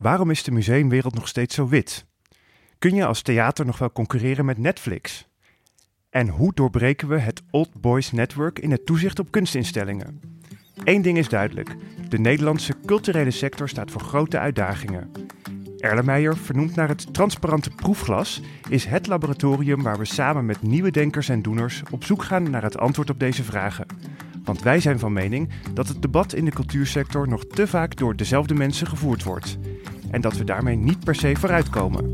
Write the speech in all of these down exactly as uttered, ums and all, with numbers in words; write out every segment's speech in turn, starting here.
Waarom is de museumwereld nog steeds zo wit? Kun je als theater nog wel concurreren met Netflix? En hoe doorbreken we het Old Boys Network in het toezicht op kunstinstellingen? Eén ding is duidelijk. De Nederlandse culturele sector staat voor grote uitdagingen. Erlenmeyer, vernoemd naar het transparante proefglas, is het laboratorium waar we samen met nieuwe denkers en doeners op zoek gaan naar het antwoord op deze vragen. Want wij zijn van mening dat het debat in de cultuursector nog te vaak door dezelfde mensen gevoerd wordt. En dat we daarmee niet per se vooruitkomen.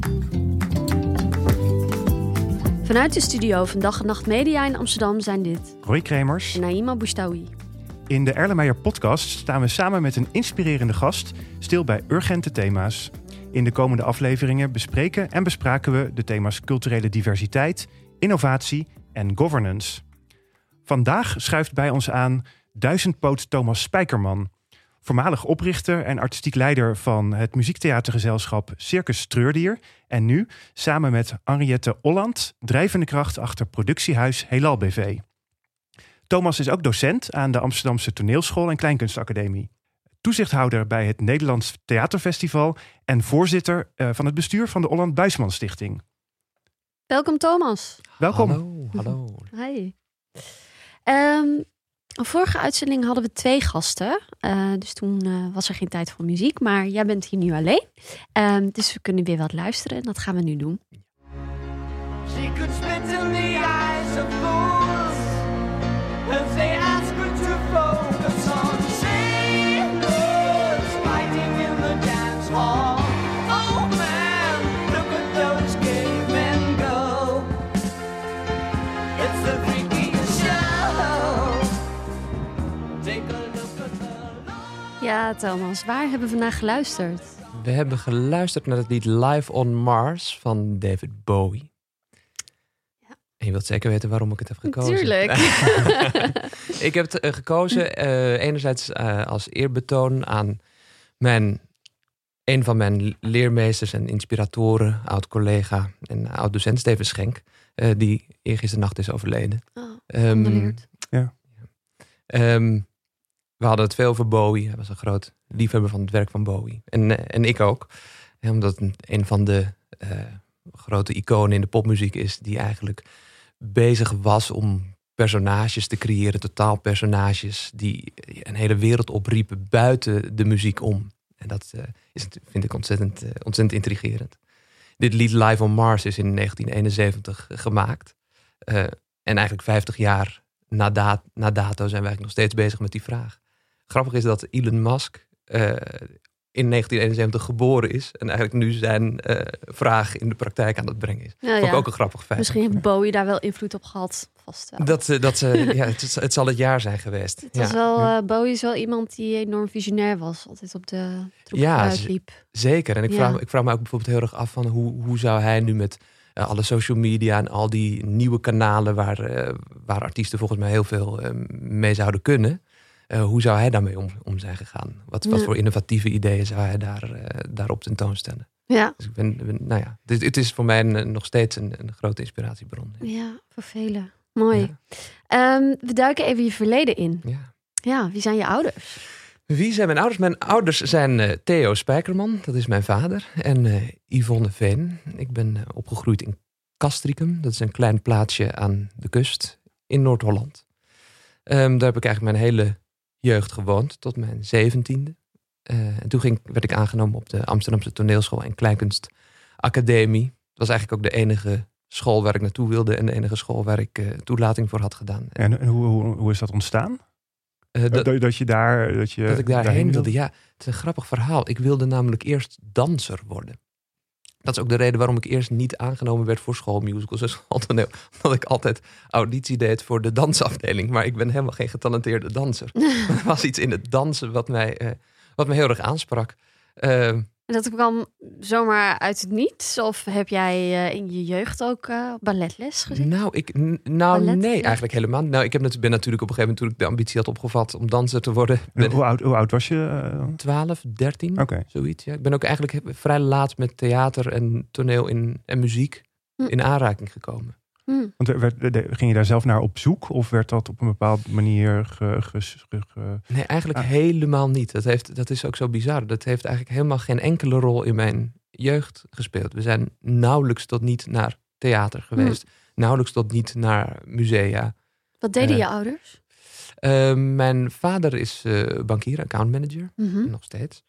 Vanuit de studio van Dag en Nacht Media in Amsterdam zijn dit Roy Kremers en Naïma Bouchtaoui. In de Erlenmeyer podcast staan we samen met een inspirerende gast stil bij urgente thema's. In de komende afleveringen bespreken en bespraken we de thema's culturele diversiteit, innovatie en governance. Vandaag schuift bij ons aan duizendpoot Thomas Spijkerman, voormalig oprichter en artistiek leider van het muziektheatergezelschap Circus Treurdier en nu, samen met Henriette Holland, drijvende kracht achter productiehuis Heelal B V. Thomas is ook docent aan de Amsterdamse Toneelschool en Kleinkunstacademie. Toezichthouder bij het Nederlands Theaterfestival en voorzitter uh, van het bestuur van de Holland Buisman Stichting. Welkom Thomas. Welkom. Hallo, hallo. Hi. Um, een vorige uitzending hadden we twee gasten. Uh, dus toen uh, was er geen tijd voor muziek. Maar jij bent hier nu alleen. Um, dus we kunnen weer wat luisteren. En dat gaan we nu doen. She could spit in the eyes of fools if they ask her to focus on sailors fighting in the dance hall. Oh man, look at those cavemen go. It's the freakiest show. Take a look at the... Ja, Thomas, waar hebben we vandaag geluisterd? We hebben geluisterd naar het lied Live on Mars van David Bowie. En je wilt zeker weten waarom ik het heb gekozen. Tuurlijk. Ik heb het uh, gekozen uh, enerzijds uh, als eerbetoon aan mijn, een van mijn leermeesters en inspiratoren, oud-collega en oud-docent Steven Schenk, uh, die eergisternacht is overleden. Oh, um, ja. um, we hadden het veel over Bowie. Hij was een groot liefhebber van het werk van Bowie. En, uh, en ik ook. Ja, omdat het een van de uh, grote iconen in de popmuziek is die eigenlijk bezig was om personages te creëren, totaalpersonages die een hele wereld opriepen buiten de muziek om. En dat uh, is, vind ik ontzettend, uh, ontzettend intrigerend. Dit lied Live on Mars is in negentien eenenzeventig gemaakt. Uh, en eigenlijk vijftig jaar na, dat, na dato zijn we eigenlijk nog steeds bezig met die vraag. Grappig is dat Elon Musk uh, in negentien eenenzeventig geboren is en eigenlijk nu zijn uh, vraag in de praktijk aan het brengen is. Nou, Vond ik ja. ook een grappig feit. Misschien heeft Bowie daar wel invloed op gehad. Vast wel. Dat, uh, dat, uh, ja, het, het zal het jaar zijn geweest. Het was ja. wel, uh, Bowie is wel iemand die enorm visionair was. Altijd op de troep Ja, vooruit liep. Zeker. En ik, Ja. vraag, ik vraag me ook bijvoorbeeld heel erg af van hoe, hoe zou hij nu met uh, alle social media en al die nieuwe kanalen waar, uh, waar artiesten volgens mij heel veel uh, mee zouden kunnen. Uh, hoe zou hij daarmee om, om zijn gegaan? Wat, Ja. wat voor innovatieve ideeën zou hij daar, uh, daarop tentoonstellen? Ja, Dus ik ben, ben nou ja, dit, het is voor mij een, nog steeds een, een grote inspiratiebron. ja, voor velen. Mooi. Ja. Um, we duiken even je verleden in. Ja. Ja, wie zijn je ouders? Wie zijn mijn ouders? Mijn ouders zijn uh, Theo Spijkerman, dat is mijn vader, en uh, Yvonne Veen. Ik ben uh, opgegroeid in Castricum, dat is een klein plaatsje aan de kust in Noord-Holland. Um, daar heb ik eigenlijk mijn hele jeugd gewoond, tot mijn zeventiende. Uh, en toen ging, werd ik aangenomen op de Amsterdamse Toneelschool en Kleinkunstacademie. Dat was eigenlijk ook de enige school waar ik naartoe wilde en de enige school waar ik uh, toelating voor had gedaan. En, en hoe, hoe, hoe is dat ontstaan? Uh, dat, dat, dat je daar dat, je dat ik daarheen daarheen wilde. Ja, het is een grappig verhaal. Ik wilde namelijk eerst danser worden. Dat is ook de reden waarom ik eerst niet aangenomen werd voor schoolmusicals en schooltoneel. Omdat ik altijd auditie deed voor de dansafdeling. Maar ik ben helemaal geen getalenteerde danser. Er was iets in het dansen wat mij, uh, wat mij heel erg aansprak. Uh, Dat kwam zomaar uit het niets? Of heb jij uh, in je jeugd ook uh, balletles gezien? Nou, ik, n- nou Ballet, nee, ja. eigenlijk helemaal niet. Nou, ik heb natu- ben natuurlijk op een gegeven moment, toen ik de ambitie had opgevat om danser te worden, ben Hoe oud, hoe oud was je? Uh, twaalf, dertien, Oké. zoiets. Ja. Ik ben ook eigenlijk vrij laat met theater en toneel in, en muziek Hm. in aanraking gekomen. Hmm. Want werd, de, ging je daar zelf naar op zoek? Of werd dat op een bepaalde manier ge, ge, ge, ge- Nee, eigenlijk Ah. helemaal niet. Dat, heeft, dat is ook zo bizar. Dat heeft eigenlijk helemaal geen enkele rol in mijn jeugd gespeeld. We zijn nauwelijks tot niet naar theater geweest. Nauwelijks tot niet naar musea. Wat deden Eh, je ouders? Uh, mijn vader is uh, bankier, accountmanager, Mhm. nog steeds.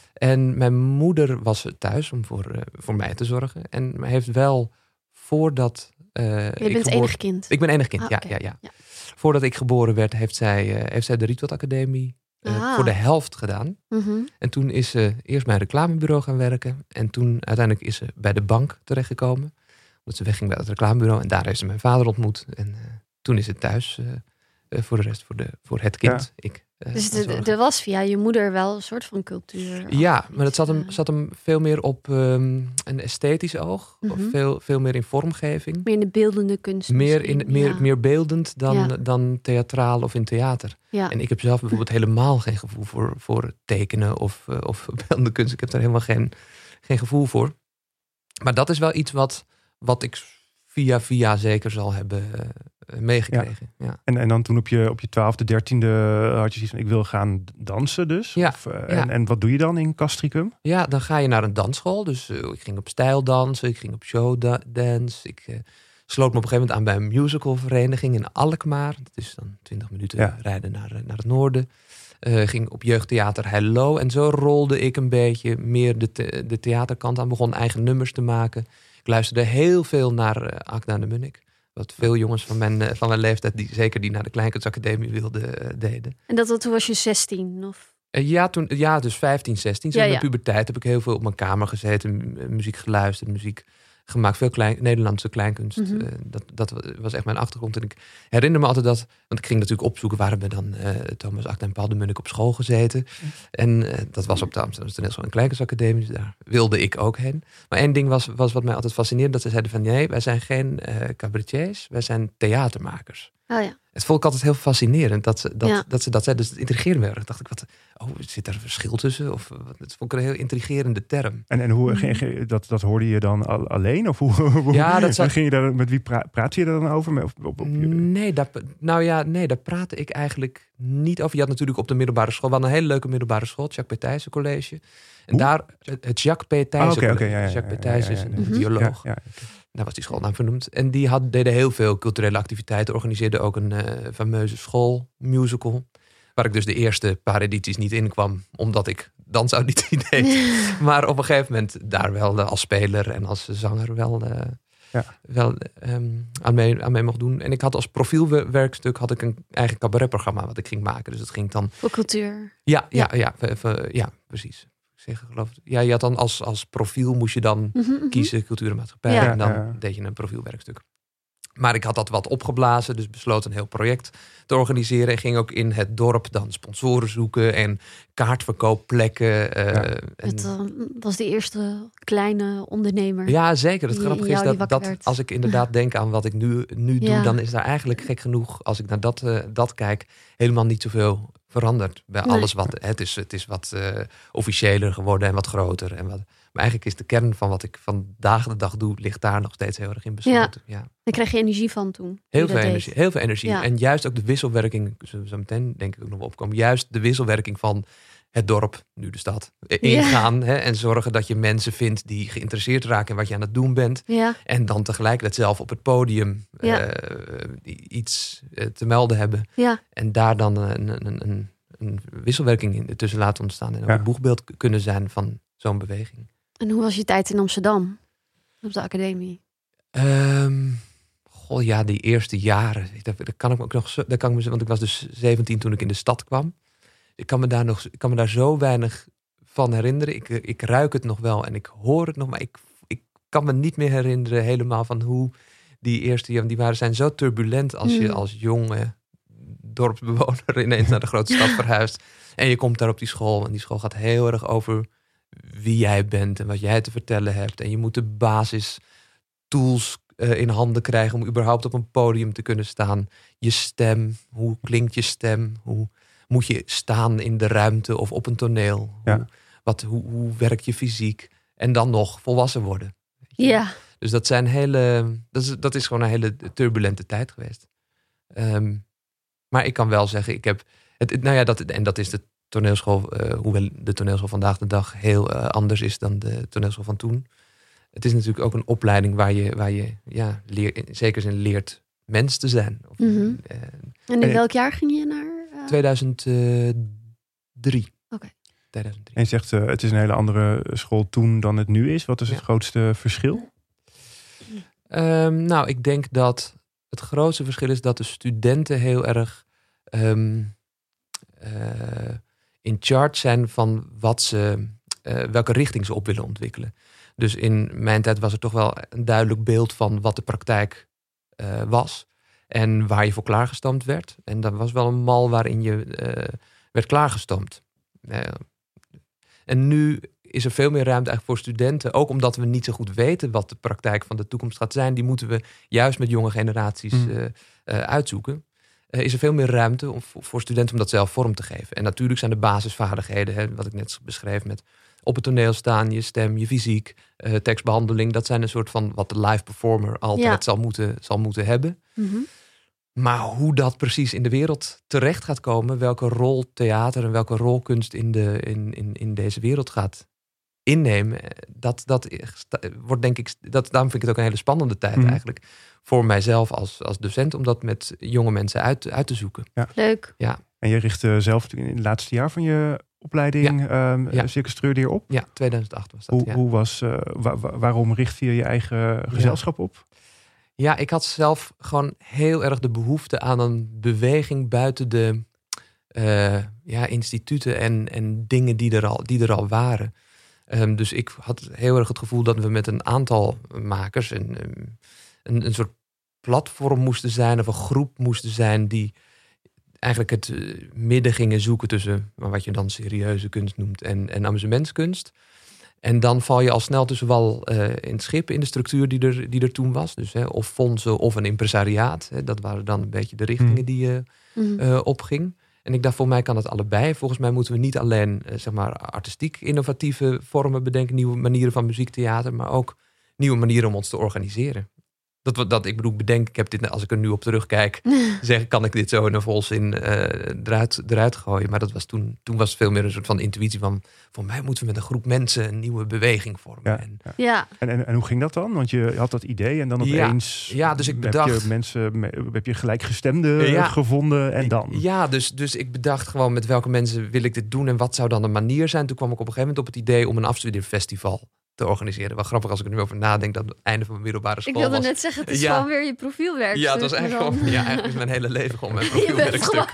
En mijn moeder was thuis om voor, uh, voor mij te zorgen. En heeft wel voordat... Uh, Je ik bent geboren... enig kind. Ik ben enig kind, Ah, ja, oké. ja, ja. Ja. Voordat ik geboren werd, heeft zij, uh, heeft zij de Rietveld Academie uh, Ah. voor de helft gedaan. Mhm. En toen is ze eerst bij een reclamebureau gaan werken. En toen uiteindelijk is ze bij de bank terechtgekomen. Omdat ze wegging bij het reclamebureau. En daar heeft ze mijn vader ontmoet. En uh, toen is het thuis uh, uh, voor de rest, voor, de, voor het kind. Ja. Ik, uh, Dus gaan de- zorgen. er was via je moeder wel een soort van cultuur. Ja, of maar het zat hem, iets, zat hem veel meer op um, een esthetisch oog. Mhm. Of veel, veel meer in vormgeving. meer in de beeldende kunst. Meer, in, misschien, meer, ja. meer beeldend dan, Ja. dan theatraal of in theater. Ja. En ik heb zelf bijvoorbeeld helemaal geen gevoel voor, voor tekenen of, uh, of beeldende kunst. Ik heb daar helemaal geen, geen gevoel voor. Maar dat is wel iets wat, wat ik via via zeker zal hebben uh, meegekregen. Ja. Ja. En, en dan toen op je, op je twaalfde, dertiende had je zoiets van... ik wil gaan dansen dus? Ja, Of, uh, ja. en, en wat doe je dan in Castricum? Ja, dan ga je naar een dansschool. Dus uh, ik ging op stijldansen, ik ging op showdance. Ik uh, sloot me op een gegeven moment aan bij een musicalvereniging in Alkmaar. Dat is dan twintig minuten Ja. rijden naar, naar het noorden. Uh, ging op jeugdtheater Hello. En zo rolde ik een beetje meer de, the- de theaterkant aan. Begon eigen nummers te maken. Ik luisterde heel veel naar uh, Agda de Munnik. Wat veel jongens van mijn, uh, van mijn leeftijd, die, zeker die naar de Kleinkunstacademie wilden, uh, deden. En dat, dat toen was je zestien? Of? Uh, ja, toen, ja, dus vijftien, zestien. Ja, Zo in ja. mijn puberteit heb ik heel veel op mijn kamer gezeten. m- Muziek geluisterd, muziek gemaakt. Veel klein, Nederlandse kleinkunst. Mhm. Uh, dat, dat was echt mijn achtergrond. En ik herinner me altijd dat... Want ik ging natuurlijk opzoeken... waar hebben dan uh, Thomas Agda en Paul de Munnik op school gezeten. En uh, dat was op de Amsterdamse Toneelschool en Kleinkunstacademie. Dus daar wilde ik ook heen. Maar één ding was, was wat mij altijd fascineerde. Dat ze zeiden van... nee, wij zijn geen uh, cabaretiers. Wij zijn theatermakers. Oh ja. Het vond ik altijd heel fascinerend dat ze dat, Ja. dat, ze dat zeiden. Dus het intrigeerde me. Ik dacht ik, wat, oh, zit er een verschil tussen? Of, wat, dat vond ik een heel intrigerende term. En, en hoe Mhm. ging je, dat, dat hoorde je dan al- alleen? Of hoe, hoe Ja, dat zat- ging je daar, met wie pra, praat je daar dan over? Met, op, op, op je- Nee, daar, nou ja, nee, daar praatte ik eigenlijk niet over. Je had natuurlijk op de middelbare school... We hadden een hele leuke middelbare school. Het Jacques P. Thijssen College. En Hoe? daar, het het Jacques P. Thijssen Ah, oké, oké, College. ja, ja, ja, Jacques P. ja, Thijssen ja, ja, is een ja. bioloog. Ja, ja. Daar was die schoolnaam vernoemd. En die had, deden heel veel culturele activiteiten. Organiseerde ook een uh, fameuze schoolmusical. Waar ik dus de eerste paar edities niet in kwam. Omdat ik dansauditie deed. Maar op een gegeven moment daar wel uh, als speler en als zanger wel, uh, Ja. wel um, aan, mee, aan mee mocht doen. En ik had als profielwerkstuk had ik een eigen cabaretprogramma wat ik ging maken. Dus dat ging dan... Voor cultuur. Ja, ja, ja, ja, ja, ja precies. Ik zeg, geloof, ja, je had dan als, als profiel moest je dan Mhm, mhm. kiezen, cultuur en maatschappij. Ja. En dan Ja, ja. deed je een profielwerkstuk. Maar ik had dat wat opgeblazen, dus besloot een heel project te organiseren. En ging ook in het dorp dan sponsoren zoeken en kaartverkoopplekken. Uh, Ja. en, Het uh, was de eerste kleine ondernemer. ja, zeker. Het die- grappige jou is die dat, wakker dat werd. als ik inderdaad denk aan wat ik nu, nu doe, Ja. dan is daar eigenlijk gek genoeg, als ik naar dat, uh, dat kijk, helemaal niet zoveel veranderd. Bij Nee. alles wat, het is, het is wat uh, officiëler geworden en wat groter. En wat, maar eigenlijk is de kern van wat ik vandaag de dag doe, ligt daar nog steeds heel erg in besloten. Ja. Daar kreeg je energie van toen. toen Heel je veel dat deed. energie. Heel veel energie. Ja. En juist ook de wisselwerking, zullen we zo meteen denk ik ook nog wel opkomen. Juist de wisselwerking van het dorp, nu de stad, eh, Ja. ingaan. Hè, en zorgen dat je mensen vindt die geïnteresseerd raken in wat je aan het doen bent. Ja, En dan tegelijkertijd zelf op het podium Ja. eh, iets eh, te melden hebben. ja. En daar dan een, een, een, een wisselwerking in tussen laten ontstaan. En ook Ja. het boegbeeld k- kunnen zijn van zo'n beweging. En hoe was je tijd in Amsterdam? Op de academie? Ehm, goh, ja, die eerste jaren. Dat, dat kan ik me ook nog zo, dat kan ik me, want ik was dus zeventien toen ik in de stad kwam. Ik kan me daar, nog, ik kan me daar zo weinig van herinneren. Ik, ik ruik het nog wel en ik hoor het nog, maar ik, ik kan me niet meer herinneren helemaal van hoe die eerste jaren, die waren zijn zo turbulent als je Hmm. als jonge dorpsbewoner ineens naar de grote stad verhuist. En je komt daar op die school en die school gaat heel erg over wie jij bent en wat jij te vertellen hebt. En je moet de basis tools uh, in handen krijgen om überhaupt op een podium te kunnen staan. Je stem, hoe klinkt je stem? Hoe moet je staan in de ruimte of op een toneel? Ja. Hoe, wat, hoe, hoe werkt je fysiek? En dan nog volwassen worden. Weet je? Ja, Dus dat zijn hele, dat is, dat is gewoon een hele turbulente tijd geweest. Um, maar ik kan wel zeggen, ik heb, het, het, nou ja, dat, en dat is de toneelschool, uh, hoewel de toneelschool vandaag de dag heel uh, anders is dan de toneelschool van toen. Het is natuurlijk ook een opleiding waar je, waar je ja, leer, in zekere zin leert mens te zijn. Of, Mm-hmm. uh, En in welk jaar ging je naar? Uh... tweeduizend drie. Oké. Okay. tweeduizend drie. En je zegt, uh, het is een hele andere school toen dan het nu is. Wat is het ja. grootste verschil? Um, nou, ik denk dat het grootste verschil is dat de studenten heel erg um, uh, in charge zijn van wat ze, uh, welke richting ze op willen ontwikkelen. Dus in mijn tijd was er toch wel een duidelijk beeld van wat de praktijk uh, was. En waar je voor klaargestoomd werd. En dat was wel een mal waarin je uh, werd klaargestoomd. Uh, en nu is er veel meer ruimte eigenlijk voor studenten. Ook omdat we niet zo goed weten wat de praktijk van de toekomst gaat zijn. Die moeten we juist met jonge generaties uh, uh, uitzoeken. Uh, is er veel meer ruimte om, voor studenten om dat zelf vorm te geven. En natuurlijk zijn de basisvaardigheden, hè, wat ik net beschreef met op het toneel staan, je stem, je fysiek, uh, tekstbehandeling. Dat zijn een soort van wat de live performer altijd ja. zal, moeten, zal moeten hebben. Mm-hmm. Maar hoe dat precies in de wereld terecht gaat komen, welke rol theater en welke rol kunst in, de, in, in, in deze wereld gaat innemen, dat, dat wordt denk ik, dat, daarom vind ik het ook een hele spannende tijd mm. eigenlijk. Voor mijzelf als, als docent, om dat met jonge mensen uit, uit te zoeken. Ja. Leuk. Ja. En je richtte zelf in het laatste jaar van je opleiding ja. um, ja. Circus Treurdier op? Ja, tweeduizend acht was dat. Hoe, ja. hoe was, uh, wa- wa- waarom richt je je eigen gezelschap ja. op? Ja, ik had zelf gewoon heel erg de behoefte aan een beweging buiten de uh, ja, instituten en, en dingen die er al, die er al waren. Um, dus ik had heel erg het gevoel dat we met een aantal makers een, um, een, een soort platform moesten zijn of een groep moesten zijn die eigenlijk het uh, midden gingen zoeken tussen wat je dan serieuze kunst noemt en, en amusementskunst. En dan val je al snel tussen wal uh, in het schip in de structuur die er, die er toen was. Dus hè, of fondsen of een impresariaat. Hè, dat waren dan een beetje de richtingen mm. die je uh, uh, opging. En ik dacht, voor mij kan het allebei. Volgens mij moeten we niet alleen uh, zeg maar artistiek innovatieve vormen bedenken, nieuwe manieren van muziektheater, maar ook nieuwe manieren om ons te organiseren. Dat, dat ik bedoel, bedenk, ik heb dit, als ik er nu op terugkijk, zeg, kan ik dit zo in een volzin uh, eruit, eruit gooien. Maar dat was toen, toen was het veel meer een soort van intuïtie van, voor mij moeten we met een groep mensen een nieuwe beweging vormen. Ja, en, ja. Ja. En, en, en hoe ging dat dan? Want je had dat idee en dan opeens ja, ja, dus ik bedacht, heb je mensen, heb je gelijkgestemde ja, gevonden en dan? Ja, dus, dus ik bedacht gewoon met welke mensen wil ik dit doen en wat zou dan de manier zijn. Toen kwam ik op een gegeven moment op het idee om een afstudeerfestival te organiseren. Wel grappig als ik er nu over nadenk dat het einde van mijn middelbare school was. Ik wilde was. net zeggen, het is ja. gewoon weer je profielwerk. Ja, het was eigenlijk gewoon, ja, eigenlijk is mijn hele leven gewoon mijn profielwerkstuk.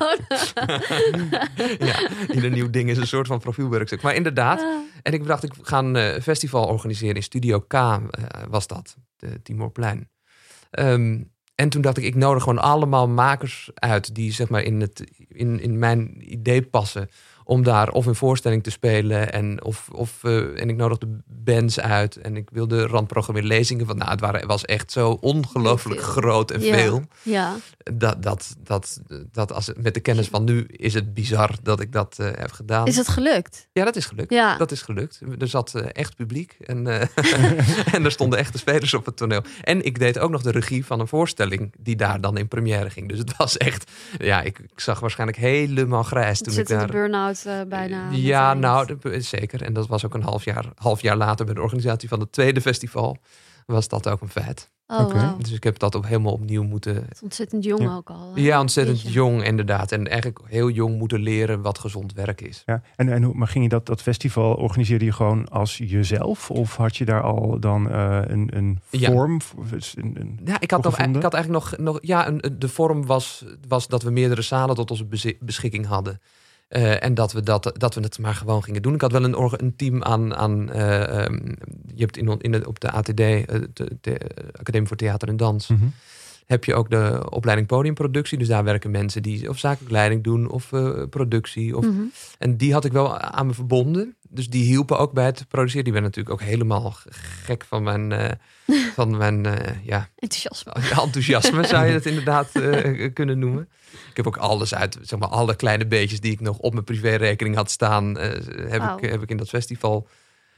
Ja, ieder nieuw ding is een soort van profielwerkstuk. Maar inderdaad, ah. en ik dacht, ik ga een uh, festival organiseren in Studio K, uh, was dat, de Timorplein. Um, en toen dacht ik, ik nodig gewoon allemaal makers uit die zeg maar in, het, in, in mijn idee passen, om daar of een voorstelling te spelen en, of, of, uh, en ik nodigde bands uit en ik wilde randprogrammeren lezingen. Want nou, het waren, was echt zo ongelooflijk groot en ja. veel. Ja. Dat, dat, dat, dat als, met de kennis van nu is het bizar dat ik dat uh, heb gedaan. Is het gelukt? Ja, dat is gelukt. Ja. Dat is gelukt. Er zat uh, echt publiek en, uh, en er stonden echte spelers op het toneel. En ik deed ook nog de regie van een voorstelling die daar dan in première ging. Dus het was echt, ja, ik, ik zag waarschijnlijk helemaal grijs toen zit ik daar... de burn-out uh, bijna. Ja, nou, de, zeker. En dat was ook een half jaar, half jaar later bij de organisatie van het tweede festival. Was dat ook een feit. Oh, okay. Wow. Dus ik heb dat ook helemaal opnieuw moeten... Het is ontzettend jong ja. ook al. Ja, ontzettend beetje. jong inderdaad. En eigenlijk heel jong moeten leren wat gezond werk is. Ja. En, en hoe, maar ging je dat, dat festival, organiseerde je gewoon als jezelf? Of had je daar al dan uh, een, een vorm? Ja, een, een ja ik, had nog, ik had eigenlijk nog... nog ja, een, de vorm was, was dat we meerdere zalen tot onze beschikking hadden. Uh, en dat we, dat, dat we het maar gewoon gingen doen. Ik had wel een, een team aan... aan uh, um, je hebt in, in de, op de A T D, uh, de, de Academie voor Theater en Dans... Mm-hmm. heb je ook de opleiding podiumproductie. Dus daar werken mensen die of zakelijke leiding doen... of uh, productie. Of, mm-hmm. En die had ik wel aan me verbonden. Dus die hielpen ook bij het produceren. Die ben natuurlijk ook helemaal gek van mijn... Uh, van mijn uh, ja, enthousiasme. Enthousiasme zou je het inderdaad uh, kunnen noemen. Ik heb ook alles uit, zeg maar, alle kleine beetjes die ik nog op mijn privérekening had staan, uh, heb, wow. ik, heb ik in dat festival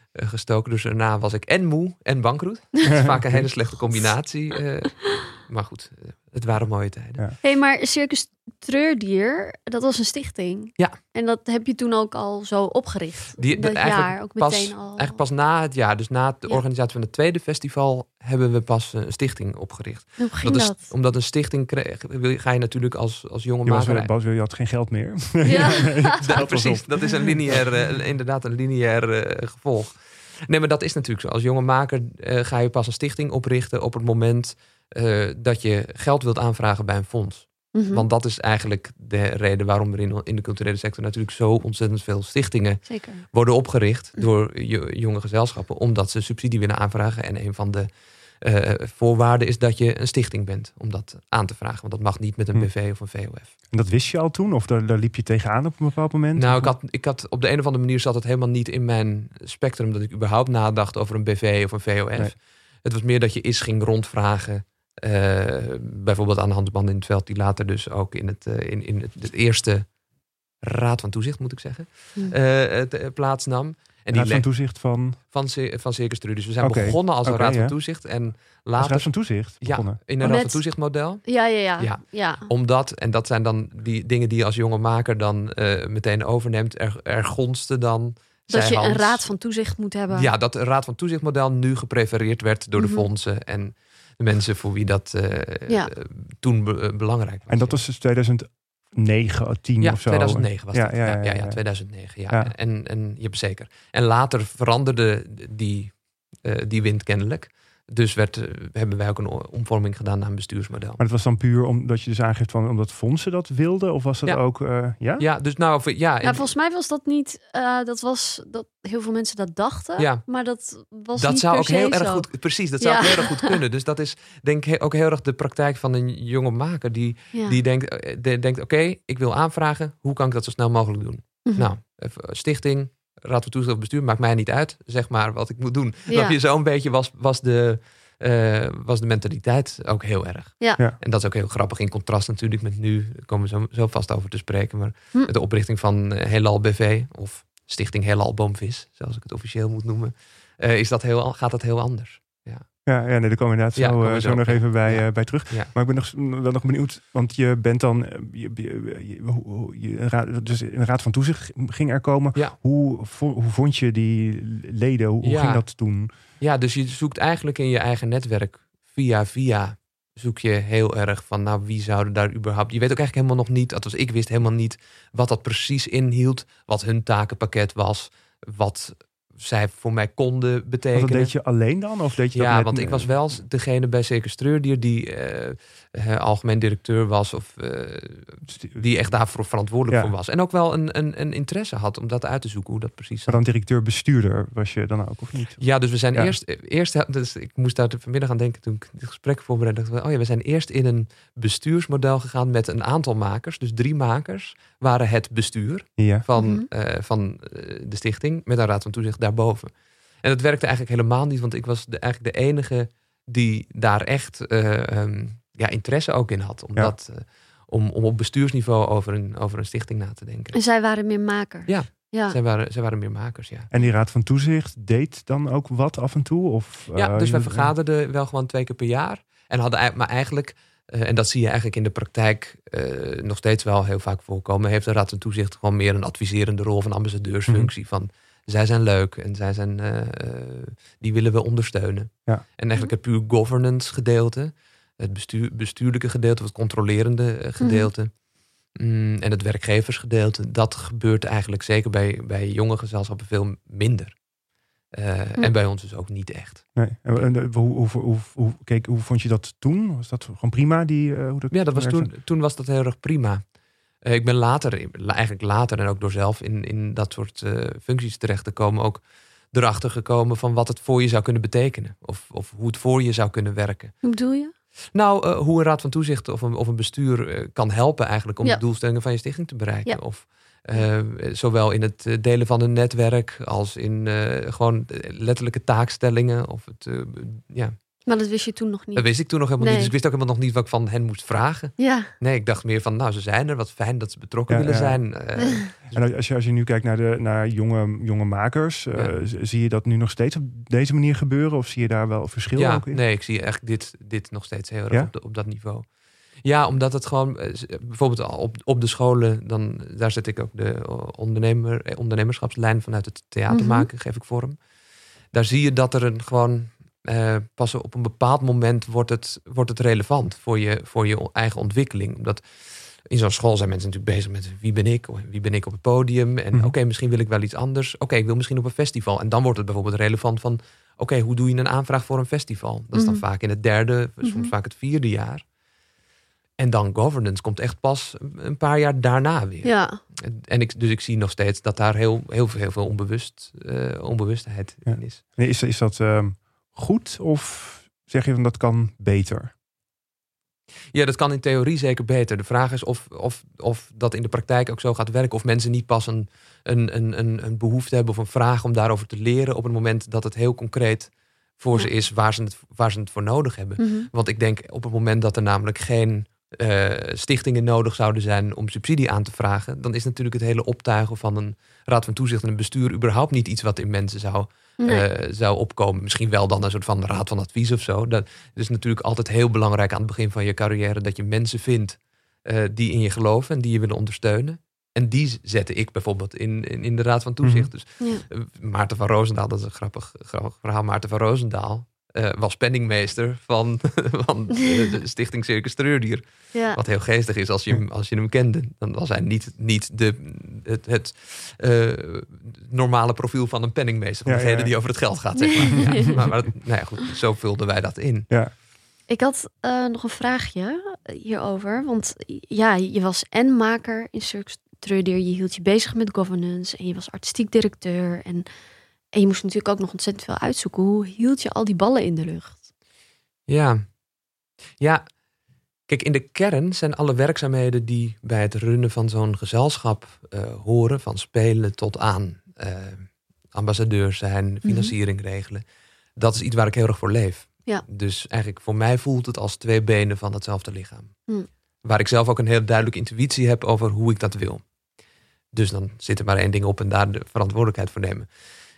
uh, gestoken. Dus daarna was ik en moe en bankroet. Dat is vaak een hele slechte combinatie. Uh, maar goed, uh, het waren mooie tijden. Ja. Hey, maar Circus Treurdier, dat was een stichting. Ja. En dat heb je toen ook al zo opgericht? Die, dat eigenlijk jaar ook pas, meteen al... Eigenlijk pas na het jaar. Dus na de Ja. organisatie van het tweede festival hebben we pas een stichting opgericht. Hoe ging Dat dat? is, omdat een stichting kreeg, wil je- ga je natuurlijk als, als jonge Je was, maker... Bas, je had geen geld meer. Ja. Ja, was precies, op. dat is een lineair, uh, inderdaad een lineair uh, gevolg. Nee, maar dat is natuurlijk zo. Als jonge maker uh, ga je pas een stichting oprichten op het moment uh, dat je geld wilt aanvragen bij een fonds. Mhm. Want dat is eigenlijk de reden waarom er in, in de culturele sector natuurlijk zo ontzettend veel stichtingen Zeker. worden opgericht door jo- jonge gezelschappen, omdat ze subsidie willen aanvragen. En een van de uh, voorwaarden is dat je een stichting bent om dat aan te vragen. Want dat mag niet met een Hm. B V of een V O F. En dat wist je al toen? Of daar, daar liep je tegenaan op een bepaald moment? Nou, ik had, ik had op de een of andere manier zat het helemaal niet in mijn spectrum dat ik überhaupt nadacht over een B V of een V O F. Nee. Het was meer dat je eens ging rondvragen. Uh, bijvoorbeeld aan Hans Banden in het Veld, die later dus ook in het, uh, in, in het, het eerste Raad van Toezicht, moet ik zeggen, Hm. uh, het, uh, plaatsnam. En Raad die van le- Toezicht van... van, C- van Circus True. Dus we zijn Oké. begonnen als een Oké, Raad van ja. Toezicht. En Als later Raad van Toezicht ja, begonnen. in een Oh, Raad net- van Toezicht model. Ja, ja, ja. Ja. ja. Omdat, en dat zijn dan die dingen die je als jonge maker dan uh, meteen overneemt. Er, er gonste dan. Dat zei je een Hans, raad van toezicht moet hebben. Ja, dat een Raad van Toezicht model nu geprefereerd werd door Mhm. de fondsen. En de mensen voor wie dat uh, Ja. uh, toen be- uh, belangrijk was. En dat was dus tweeduizend negen of tien Ja, of zo? tweeduizend negen was Ja, dat. ja, Ja, ja, ja, ja. ja, tweeduizend negen. Ja. Ja. En, en je hebt zeker. En later veranderde die, uh, die wind kennelijk. Dus werd, uh, hebben wij ook een omvorming gedaan naar een bestuursmodel. Maar het was dan puur omdat je dus aangeeft van omdat fondsen dat wilden? Of was dat Ja. ook... Uh, ja? Ja, dus nou, voor- ja, Nou, en volgens mij was dat niet... Uh, dat was dat heel veel mensen dat dachten. Ja. Maar dat was dat niet zou per ook heel se erg zo. goed, precies, dat zou Ja. ook heel erg goed kunnen. Dus dat is denk ik ook heel erg de praktijk van een jonge maker die, Ja. die denkt, eh, de- denkt oké, ik wil aanvragen, hoe kan ik dat zo snel mogelijk doen? Mhm. Nou, even, stichting, Raad van Toezicht of Bestuur, maakt mij niet uit, zeg maar wat ik moet doen. Ja. Dat je zo'n beetje was, was de... Uh, was de mentaliteit ook heel erg. Ja. Ja. En dat is ook heel grappig in contrast natuurlijk met nu, daar komen we zo, zo vast over te spreken, maar Hm. met de oprichting van uh, Heelal B V of Stichting Heelal Boomvis, zoals ik het officieel moet noemen, uh, is dat heel, gaat dat heel anders. Ja. Ja, ja nee, daar komen we inderdaad Ja, zo, komen uh, we zo zo nog op, even bij, ja. uh, bij terug. Ja. Maar ik ben nog, wel nog benieuwd, want je bent dan... uh, Je, je, je, hoe- hoe- je, raad- dus een Raad van Toezicht ging er komen. Ja. Hoe, vo- hoe vond je die leden? Hoe, hoe Ja. ging dat toen? Ja, dus je zoekt eigenlijk in je eigen netwerk via via zoek je heel erg van nou wie zouden daar überhaupt... Je weet ook eigenlijk helemaal nog niet, althans ik wist helemaal niet wat dat precies inhield, wat hun takenpakket was, wat zij voor mij konden Want betekenen. dat deed je alleen dan? Of deed je dat Ja, met- want ik was wel degene bij Circus Treurdier die uh, uh, algemeen directeur was of uh, die echt daarvoor verantwoordelijk Ja. voor was. En ook wel een, een, een interesse had om dat uit te zoeken hoe dat precies zat. Maar dan directeur-bestuurder was je dan ook, of niet? Ja, dus we zijn Ja. eerst, eerst dus ik moest daar vanmiddag aan denken toen ik dit gesprek voorbereidde. Dacht ik, oh ja, we zijn eerst in een bestuursmodel gegaan met een aantal makers. Dus drie makers waren het bestuur Ja. van, Mhm. uh, van uh, de stichting met een raad van toezicht daarboven. En dat werkte eigenlijk helemaal niet, want ik was de, eigenlijk de enige die daar echt uh, um, ja, interesse ook in had. Om, Ja. dat, uh, om, om op bestuursniveau over een, over een stichting na te denken. En zij waren meer makers. Ja. ja. Zij, waren, zij waren meer makers, ja. En die Raad van Toezicht deed dan ook wat af en toe? Of, Ja, uh, dus wij je- vergaderden wel gewoon twee keer per jaar. En hadden ei- maar eigenlijk, uh, en dat zie je eigenlijk in de praktijk uh, nog steeds wel heel vaak voorkomen, heeft de Raad van Toezicht gewoon meer een adviserende rol van ambassadeursfunctie. Van zij zijn leuk en zij zijn, uh, uh, die willen we ondersteunen. Ja. En eigenlijk het puur governance gedeelte, het bestuur, bestuurlijke gedeelte, het controlerende uh, gedeelte. Mm, en het werkgeversgedeelte, dat gebeurt eigenlijk zeker bij, bij jonge gezelschappen veel minder. Uh, Hm. En bij ons dus ook niet echt. Nee. En, en, hoe, hoe, hoe, hoe, kijk, hoe vond je dat toen? Was dat gewoon prima? Die, uh, hoe dat Ja, dat was werkte? toen, toen was dat heel erg prima. Uh, ik ben later, eigenlijk later en ook door zelf in, in dat soort uh, functies terecht te komen, ook erachter gekomen van wat het voor je zou kunnen betekenen. Of, of hoe het voor je zou kunnen werken. Hoe bedoel je? Nou, uh, hoe een raad van toezicht of een, of een bestuur uh, kan helpen eigenlijk om Ja. de doelstellingen van je stichting te bereiken. Ja. Of uh, zowel in het uh, delen van een netwerk als in uh, gewoon letterlijke taakstellingen. Of het, uh, ja. Maar dat wist je toen nog niet. Dat wist ik toen nog helemaal Nee. niet. Dus ik wist ook helemaal nog niet wat ik van hen moest vragen. Ja. Nee, ik dacht meer van, nou, ze zijn er. Wat fijn dat ze betrokken Ja, willen ja. zijn. Uh, En als je, als je nu kijkt naar, de, naar jonge, jonge makers, uh, Ja. z- zie je dat nu nog steeds op deze manier gebeuren? Of zie je daar wel verschil ja, ook in? nee, ik zie echt dit, dit nog steeds heel erg Ja? op, de, op dat niveau. Ja, omdat het gewoon, eh, z- bijvoorbeeld al op, op de scholen, dan, daar zet ik ook de eh, ondernemer, eh, ondernemerschapslijn vanuit het theater Mhm. maken, geef ik vorm. Daar zie je dat er een gewoon, eh, pas op een bepaald moment wordt het, wordt het relevant voor je, voor je eigen ontwikkeling. Omdat in zo'n school zijn mensen natuurlijk bezig met wie ben ik, wie ben ik op het podium. En Mhm. oké, misschien wil ik wel iets anders. Oké, ik wil misschien op een festival. En dan wordt het bijvoorbeeld relevant van, oké, hoe doe je een aanvraag voor een festival? Dat is dan Mhm. vaak in het derde, soms Mhm. vaak het vierde jaar. En dan governance komt echt pas een paar jaar daarna weer. Ja. En ik, dus ik zie nog steeds dat daar heel, heel, veel, heel veel onbewust, eh, onbewustheid Ja. in is. Nee, is, is dat ehm, goed of zeg je van dat kan beter? Ja, dat kan in theorie zeker beter. De vraag is of, of, of dat in de praktijk ook zo gaat werken. Of mensen niet pas een, een, een, een, een behoefte hebben of een vraag om daarover te leren op het moment dat het heel concreet voor Ja. ze is waar ze, het, waar ze het voor nodig hebben. Mhm. Want ik denk op het moment dat er namelijk geen eh, stichtingen nodig zouden zijn om subsidie aan te vragen, dan is natuurlijk het hele optuigen van een raad van toezicht en een bestuur überhaupt niet iets wat in mensen zou, Nee. eh, zou opkomen. Misschien wel dan een soort van raad van advies of zo. Dat is natuurlijk altijd heel belangrijk aan het begin van je carrière dat je mensen vindt eh, die in je geloven en die je willen ondersteunen. En die zette ik bijvoorbeeld in, in, in de raad van toezicht. Dus Ja. uh, Maarten van Roosendaal, dat is een grappig, grappig verhaal. Maarten van Roosendaal uh, was penningmeester van, van de Stichting Circus Treurdier. Ja. Wat heel geestig is als je, hem- als je hem kende. Dan was hij niet, niet de, het, het uh, normale profiel van een penningmeester. Van Ja, degene ja. die over het geld gaat, zeg maar. Ja, maar, maar nou ja, goed, zo vulden wij dat in. Ja. Ik had uh, nog een vraagje hierover. Want ja, je was en maker in Circus Treurdier. Je hield je bezig met governance. En je was artistiek directeur. En, en je moest natuurlijk ook nog ontzettend veel uitzoeken. Hoe hield je al die ballen in de lucht? Ja, ja. Kijk, in de kern zijn alle werkzaamheden die bij het runnen van zo'n gezelschap uh, horen, van spelen tot aan uh, ambassadeur zijn, financiering mm-hmm. regelen, dat is iets waar ik heel erg voor leef. Ja. Dus eigenlijk voor mij voelt het als twee benen van hetzelfde lichaam. Mm. Waar ik zelf ook een heel duidelijke intuïtie heb over hoe ik dat wil. Dus dan zit er maar één ding op en daar de verantwoordelijkheid voor nemen.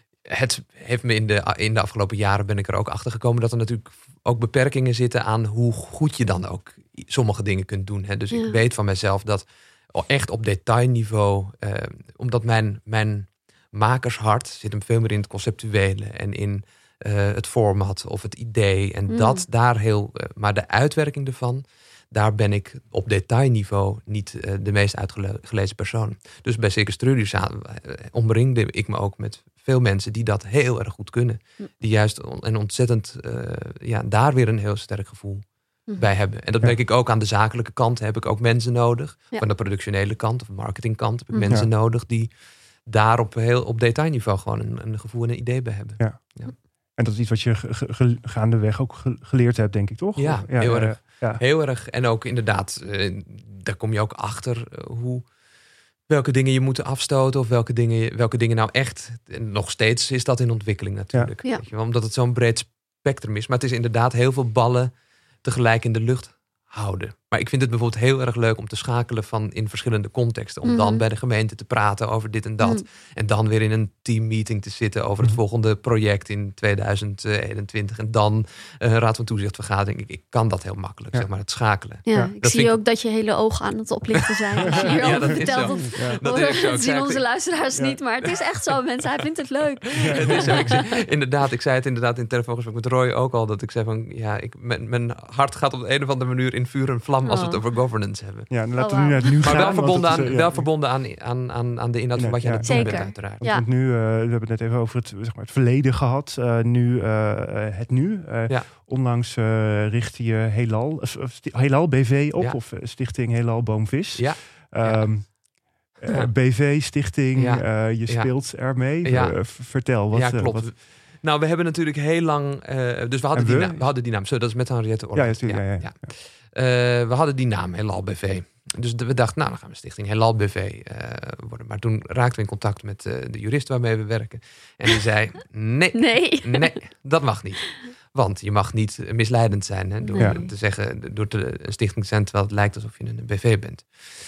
Het heeft me in de, in de afgelopen jaren ben ik er ook achter gekomen dat er natuurlijk ook beperkingen zitten aan hoe goed je dan ook sommige dingen kunt doen. Hè. Dus ja. ik weet van mezelf dat echt op detailniveau, eh, omdat mijn, mijn makershart zit hem veel meer in het conceptuele en in uh, het format of het idee. En mm. dat daar heel, uh, maar de uitwerking ervan, daar ben ik op detailniveau niet uh, de meest uitgelezen persoon. Dus bij Circus Treurdier uh, omringde ik me ook met veel mensen die dat heel erg goed kunnen. Die juist en ontzettend uh, ja, daar weer een heel sterk gevoel mm. bij hebben. En dat merk ja. ik ook aan de zakelijke kant. Heb ik ook mensen nodig. Ja. Van de productionele kant of marketingkant heb ik mm. mensen ja. nodig die daar op, heel, op detailniveau gewoon een, een gevoel en een idee bij hebben. Ja. Ja. En dat is iets wat je ge, ge, gaandeweg ook ge, geleerd hebt, denk ik, toch? Ja, ja heel ja, erg. Ja. Heel erg. En ook inderdaad, uh, daar kom je ook achter uh, hoe... welke dingen je moet afstoten of welke dingen, welke dingen nou echt... En nog steeds is dat in ontwikkeling natuurlijk. Ja. Ja. Weet je wel, omdat het zo'n breed spectrum is. Maar het is inderdaad heel veel ballen tegelijk in de lucht houden. Maar ik vind het bijvoorbeeld heel erg leuk om te schakelen van in verschillende contexten. Om mm-hmm. dan bij de gemeente te praten over dit en dat. Mm-hmm. En dan weer in een teammeeting te zitten over het mm-hmm. volgende project in tweeduizend eenentwintig. En dan een raad van toezichtvergadering. Ik, ik kan dat heel makkelijk, ja. zeg maar, het schakelen. Ja, ja. Ik dat zie ook ik... dat je hele ogen aan het oplichten zijn. Als je hierover ja, dat vertelt. Dat, ja. dat, dat, dat zien onze luisteraars ja. niet. Maar het is echt zo, mensen. Hij vindt het leuk. Ja, het is zo. Ik zei, inderdaad, ik zei het inderdaad in het telefoongesprek met Roy ook al. Dat ik zei van, ja, ik, mijn, mijn hart gaat op de een of andere manier in vuur en vlam als we het over governance hebben. Ja, dan laten we oh, wow. nu naar het nu gaan. Maar wel verbonden, aan, is, uh, wel ja. verbonden aan, aan, aan, aan de inhoud van wat je aan het doen bent, uiteraard. Want, ja. want nu, uh, we hebben het net even over het, zeg maar, het verleden gehad. Uh, nu uh, het nu. Uh, ja. Onlangs uh, richtte je Heelal, uh, Heelal B V op, ja. of uh, Stichting Heelal Boomvis. Ja. Um, ja. Uh, B V, Stichting, ja. uh, je speelt ja. ermee. Ja. Uh, vertel, wat... Ja, klopt. Uh, wat... Nou, we hebben natuurlijk heel lang... Uh, dus we hadden, we? Die naam, we hadden die naam. Zo, dat is met Henriette Orland. Ja, ja, ja, ja, ja. ja. Uh, we hadden die naam, Heelal B V. Dus de, we dachten, nou, dan gaan we Stichting Heelal B V uh, worden. Maar toen raakten we in contact met uh, de jurist waarmee we werken. En die zei, nee, nee, nee, dat mag niet. Want je mag niet misleidend zijn. Hè, door Nee. te zeggen, door te, een stichting te zijn terwijl het lijkt alsof je een B V bent.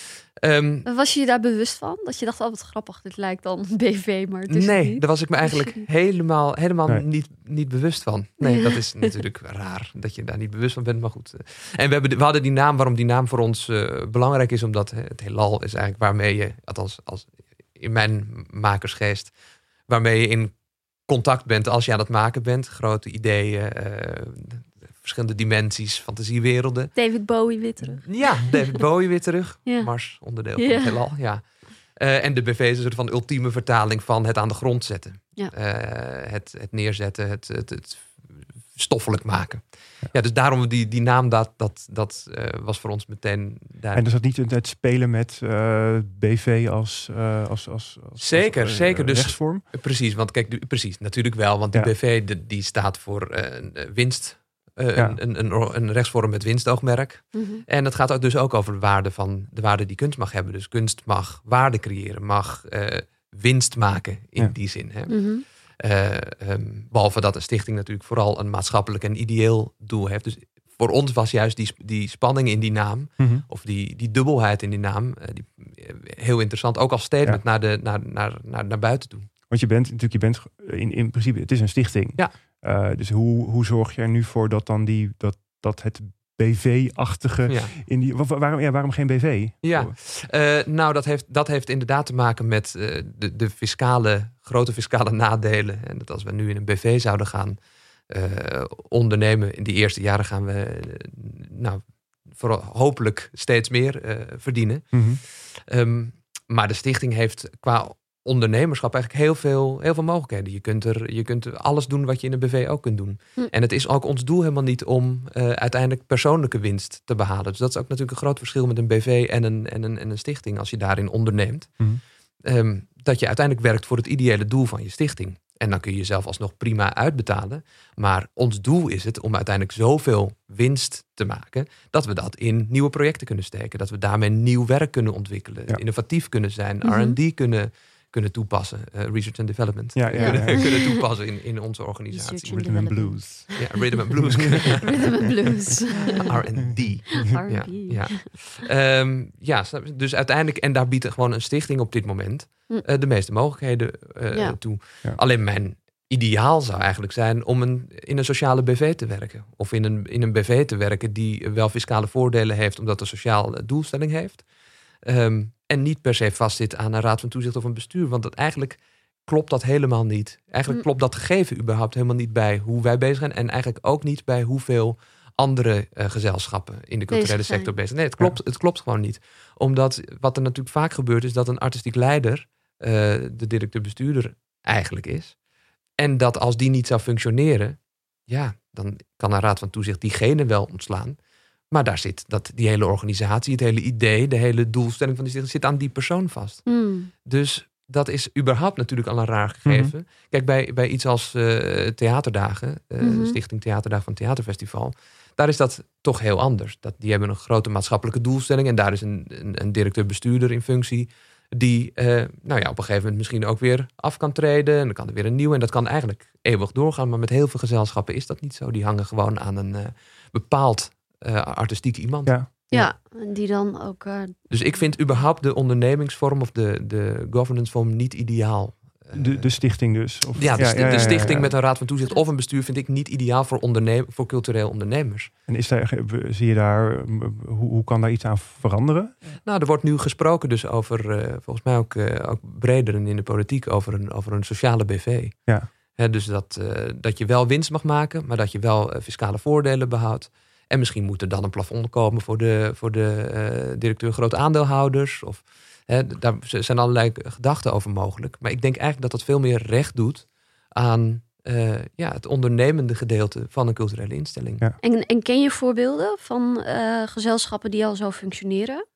Um, Was je je daar bewust van? Dat je dacht, oh wat grappig, dit lijkt dan een B V, maar het is nee, het niet. daar was ik me eigenlijk helemaal, helemaal Nee. niet, niet bewust van. Nee, Ja. dat is natuurlijk raar dat je daar niet bewust van bent, maar goed. En we, hebben, de- we hadden die naam, waarom die naam voor ons uh, belangrijk is, omdat hè, het heelal is eigenlijk waarmee je, althans als, in mijn makersgeest, waarmee je in contact bent als je aan het maken bent. Grote ideeën, uh, verschillende dimensies, fantasiewerelden. David Bowie weer terug. Ja, David Bowie weer terug. Ja. Mars, onderdeel van Ja. het heelal, ja. Uh, en de B V is een soort van ultieme vertaling van het aan de grond zetten. Ja. Uh, het, het neerzetten, het, het, het stoffelijk maken. Ja, ja dus daarom die, die naam, dat, dat, dat uh, was voor ons meteen duidelijk. En is dat niet het spelen met uh, B V als, uh, als, als, als Zeker, als, uh, zeker. Dus, rechtsvorm? Precies, want kijk, precies, natuurlijk wel. Want die Ja. B V de, die staat voor uh, winst. Uh, Ja. een, een, een, een rechtsvorm met winstoogmerk. Mm-hmm. En het gaat ook dus ook over de waarde van de waarde die kunst mag hebben. Dus kunst mag waarde creëren, mag uh, winst maken in Ja. die zin. Hè. Mm-hmm. Uh, um, behalve dat een stichting natuurlijk vooral een maatschappelijk en ideeel doel heeft. Dus voor ons was juist die, die spanning in die naam, Mm-hmm. of die, die dubbelheid in die naam, uh, die, uh, heel interessant. Ook als statement Ja. naar, de, naar, naar, naar, naar buiten toe. Want je bent natuurlijk, je bent in, in principe, het is een stichting. Ja. Uh, dus hoe, hoe zorg je er nu voor dat dan die, dat, dat het B V-achtige Ja. in die, wa- waarom, ja, waarom geen B V? Ja, uh, nou dat heeft, dat heeft inderdaad te maken met uh, de, de fiscale, grote fiscale nadelen. En dat als we nu in een B V zouden gaan uh, ondernemen, in die eerste jaren gaan we uh, nou, vooral hopelijk steeds meer uh, verdienen. Mm-hmm. Um, maar de stichting heeft qua ondernemerschap eigenlijk heel veel, heel veel mogelijkheden. Je kunt, er, je kunt er alles doen wat je in een B V ook kunt doen. Hm. En het is ook ons doel helemaal niet om uh, uiteindelijk persoonlijke winst te behalen. Dus dat is ook natuurlijk een groot verschil met een B V en een, en een, en een stichting als je daarin onderneemt. Mm-hmm. Um, dat je uiteindelijk werkt voor het ideële doel van je stichting. En dan kun je jezelf alsnog prima uitbetalen. Maar ons doel is het om uiteindelijk zoveel winst te maken dat we dat in nieuwe projecten kunnen steken. Dat we daarmee nieuw werk kunnen ontwikkelen. Ja. Innovatief kunnen zijn. Mm-hmm. R en D kunnen, kunnen toepassen. Uh, research and development. Ja, ja, ja. Kunnen, kunnen toepassen in, in onze organisatie. Research and Rhythm and development. blues. Ja, rhythm and blues. Rhythm and blues. R en D. R en Ja, B. ja. Um, ja, snap je? Dus uiteindelijk, en daar biedt gewoon een stichting op dit moment Hm. uh, de meeste mogelijkheden uh, Ja. toe. Ja. Alleen mijn ideaal zou eigenlijk zijn om een, in een sociale B V te werken. Of in een, in een B V te werken die wel fiscale voordelen heeft, omdat het een sociale doelstelling heeft. Um, en niet per se vastzit aan een raad van toezicht of een bestuur. Want dat eigenlijk klopt dat helemaal niet. Eigenlijk Hm. klopt dat gegeven überhaupt helemaal niet bij hoe wij bezig zijn. En eigenlijk ook niet bij hoeveel andere uh, gezelschappen in de culturele Bezig zijn. sector bezig zijn. Nee, het klopt, het klopt gewoon niet. Omdat wat er natuurlijk vaak gebeurt is dat een artistiek leider uh, de directeur-bestuurder eigenlijk is. En dat als die niet zou functioneren, ja, dan kan een raad van toezicht diegene wel ontslaan. Maar daar zit dat, die hele organisatie, het hele idee, de hele doelstelling van die stichting zit aan die persoon vast. Mm. Dus dat is überhaupt natuurlijk al een raar gegeven. Mm-hmm. Kijk, bij, bij iets als uh, theaterdagen, uh, Mm-hmm. Stichting Theaterdagen van het Theaterfestival, daar is dat toch heel anders. Dat, die hebben een grote maatschappelijke doelstelling en daar is een, een, een directeur-bestuurder in functie die uh, nou ja, op een gegeven moment misschien ook weer af kan treden. En dan kan er weer een nieuwe. En dat kan eigenlijk eeuwig doorgaan. Maar met heel veel gezelschappen is dat niet zo. Die hangen gewoon aan een uh, bepaald uh, artistiek iemand. Ja. Ja, en die dan ook... Uh, Dus ik vind überhaupt de ondernemingsvorm of de, de governance vorm niet ideaal. De, de stichting dus? Of, Ja, de, ja, st- ja, ja, de stichting ja, ja. met een raad van toezicht of een bestuur vind ik niet ideaal voor, onderne- voor cultureel ondernemers. En is daar, zie je daar, hoe, hoe kan daar iets aan veranderen? Nou, er wordt nu gesproken dus over, uh, volgens mij ook, uh, ook breder in de politiek, over een, over een sociale B V. Ja. He, dus dat, uh, dat je wel winst mag maken, maar dat je wel uh, fiscale voordelen behoudt. En misschien moet er dan een plafond komen voor de, voor de uh, directeur grote aandeelhouders. Of, he, daar zijn allerlei gedachten over mogelijk. Maar ik denk eigenlijk dat dat veel meer recht doet aan uh, ja, het ondernemende gedeelte van een culturele instelling. Ja. en, en ken je voorbeelden van uh, gezelschappen die al zo functioneren?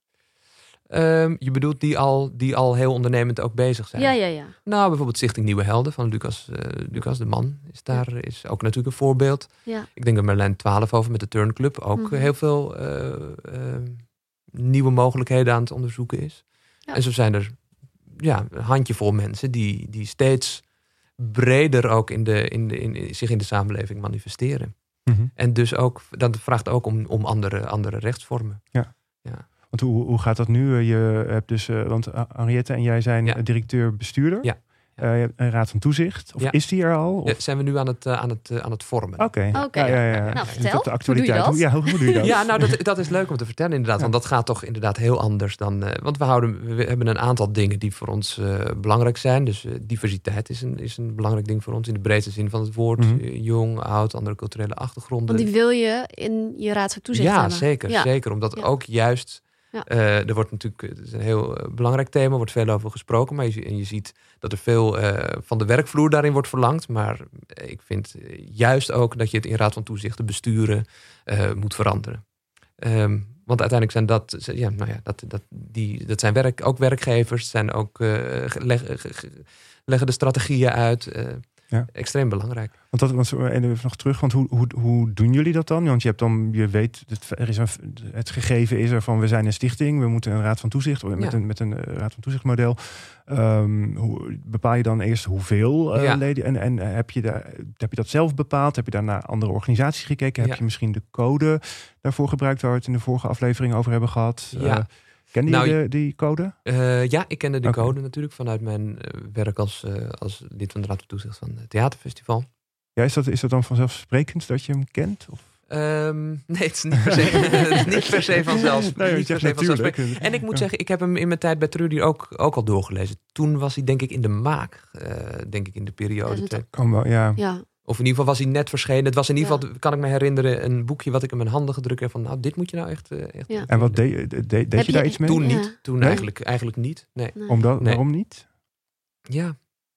Um, je bedoelt die al, die al heel ondernemend ook bezig zijn? Ja, ja, ja. Nou, bijvoorbeeld Stichting Nieuwe Helden van Lucas, uh, Lucas de Man is daar is ook natuurlijk een voorbeeld. ja. Ik denk dat Marlijn twaalf over met de Turnclub ook Mhm. heel veel uh, uh, nieuwe mogelijkheden aan het onderzoeken is. Ja. En zo zijn er ja, een handjevol mensen die, die steeds breder ook in de, in de, in, zich in de samenleving manifesteren. Mm-hmm. En dus ook, dat vraagt ook om, om andere, andere rechtsvormen. Ja. Ja. Want hoe, hoe gaat dat nu? Je hebt dus, uh, want Henriette en jij zijn Ja. directeur-bestuurder. Ja. Uh, je hebt een raad van toezicht. Of Ja. is die er al? Of? Ja, zijn we nu aan het, uh, aan het, uh, aan het vormen. Oké. Oké. Ja, ja, ja. Nou, Je zit vertel. op de Hoe doe je actualiteit. dat? Ja, hoe, hoe doe je dat? Ja, nou dat, dat is leuk om te vertellen inderdaad. Ja. Want dat gaat toch inderdaad heel anders dan... Uh, want we, houden, we hebben een aantal dingen die voor ons uh, belangrijk zijn. Dus uh, diversiteit is een, is een belangrijk ding voor ons in de breedste zin van het woord. Mm-hmm. Uh, jong, oud, andere culturele achtergronden. Want die wil je in je raad van toezicht ja, hebben. zeker, Ja. zeker. Omdat Ja. ook juist... Ja. Uh, er wordt natuurlijk, het is een heel uh, belangrijk thema, er wordt veel over gesproken. Maar je, en je ziet dat er veel uh, van de werkvloer daarin wordt verlangd. Maar ik vind uh, juist ook dat je het in raad van toezicht, de besturen, uh, moet veranderen. Um, want uiteindelijk zijn dat, ja, nou ja, dat, dat, die, dat zijn werk, ook werkgevers, zijn ook, uh, leg, leggen de strategieën uit. Uh, ja. Extreem belangrijk. Want dat, want even nog terug, want hoe, hoe, hoe doen jullie dat dan? Want je hebt dan, je weet, het, er is een, het gegeven is er van, we zijn een stichting, we moeten een raad van toezicht, met, ja. een, met een uh, raad van toezichtmodel. Um, hoe, bepaal je dan eerst hoeveel uh, ja. leden? En, en heb, je daar, heb je dat zelf bepaald? Heb je daar naar andere organisaties gekeken? Heb ja. je misschien de code daarvoor gebruikt, waar we het in de vorige aflevering over hebben gehad? Ja. Uh, Kende nou, je de, die code? Uh, ja, ik kende de okay. code natuurlijk vanuit mijn uh, werk als, uh, als lid van de Raad van Toezicht van het Theaterfestival. Ja, is dat, is dat dan vanzelfsprekend dat je hem kent? Of? Um, nee, het is niet per se, het is niet per se vanzelf, nee, niet per se vanzelfsprekend. En ik moet ja. zeggen, ik heb hem in mijn tijd bij Trudy ook, ook al doorgelezen. Toen was hij denk ik in de maak, uh, denk ik in de periode. Ja, kan wel, ja. ja. Of in ieder geval was hij net verschenen. Het was in ieder geval, ja. kan ik me herinneren, een boekje wat ik in mijn handen gedrukt heb. Van nou, dit moet je nou echt... Uh, echt ja. En wat deed, deed, deed je, je daar iets mee? Toen ja. niet. Toen nee? eigenlijk, eigenlijk niet. Nee. nee. Omdat, nee. Waarom niet? Ja.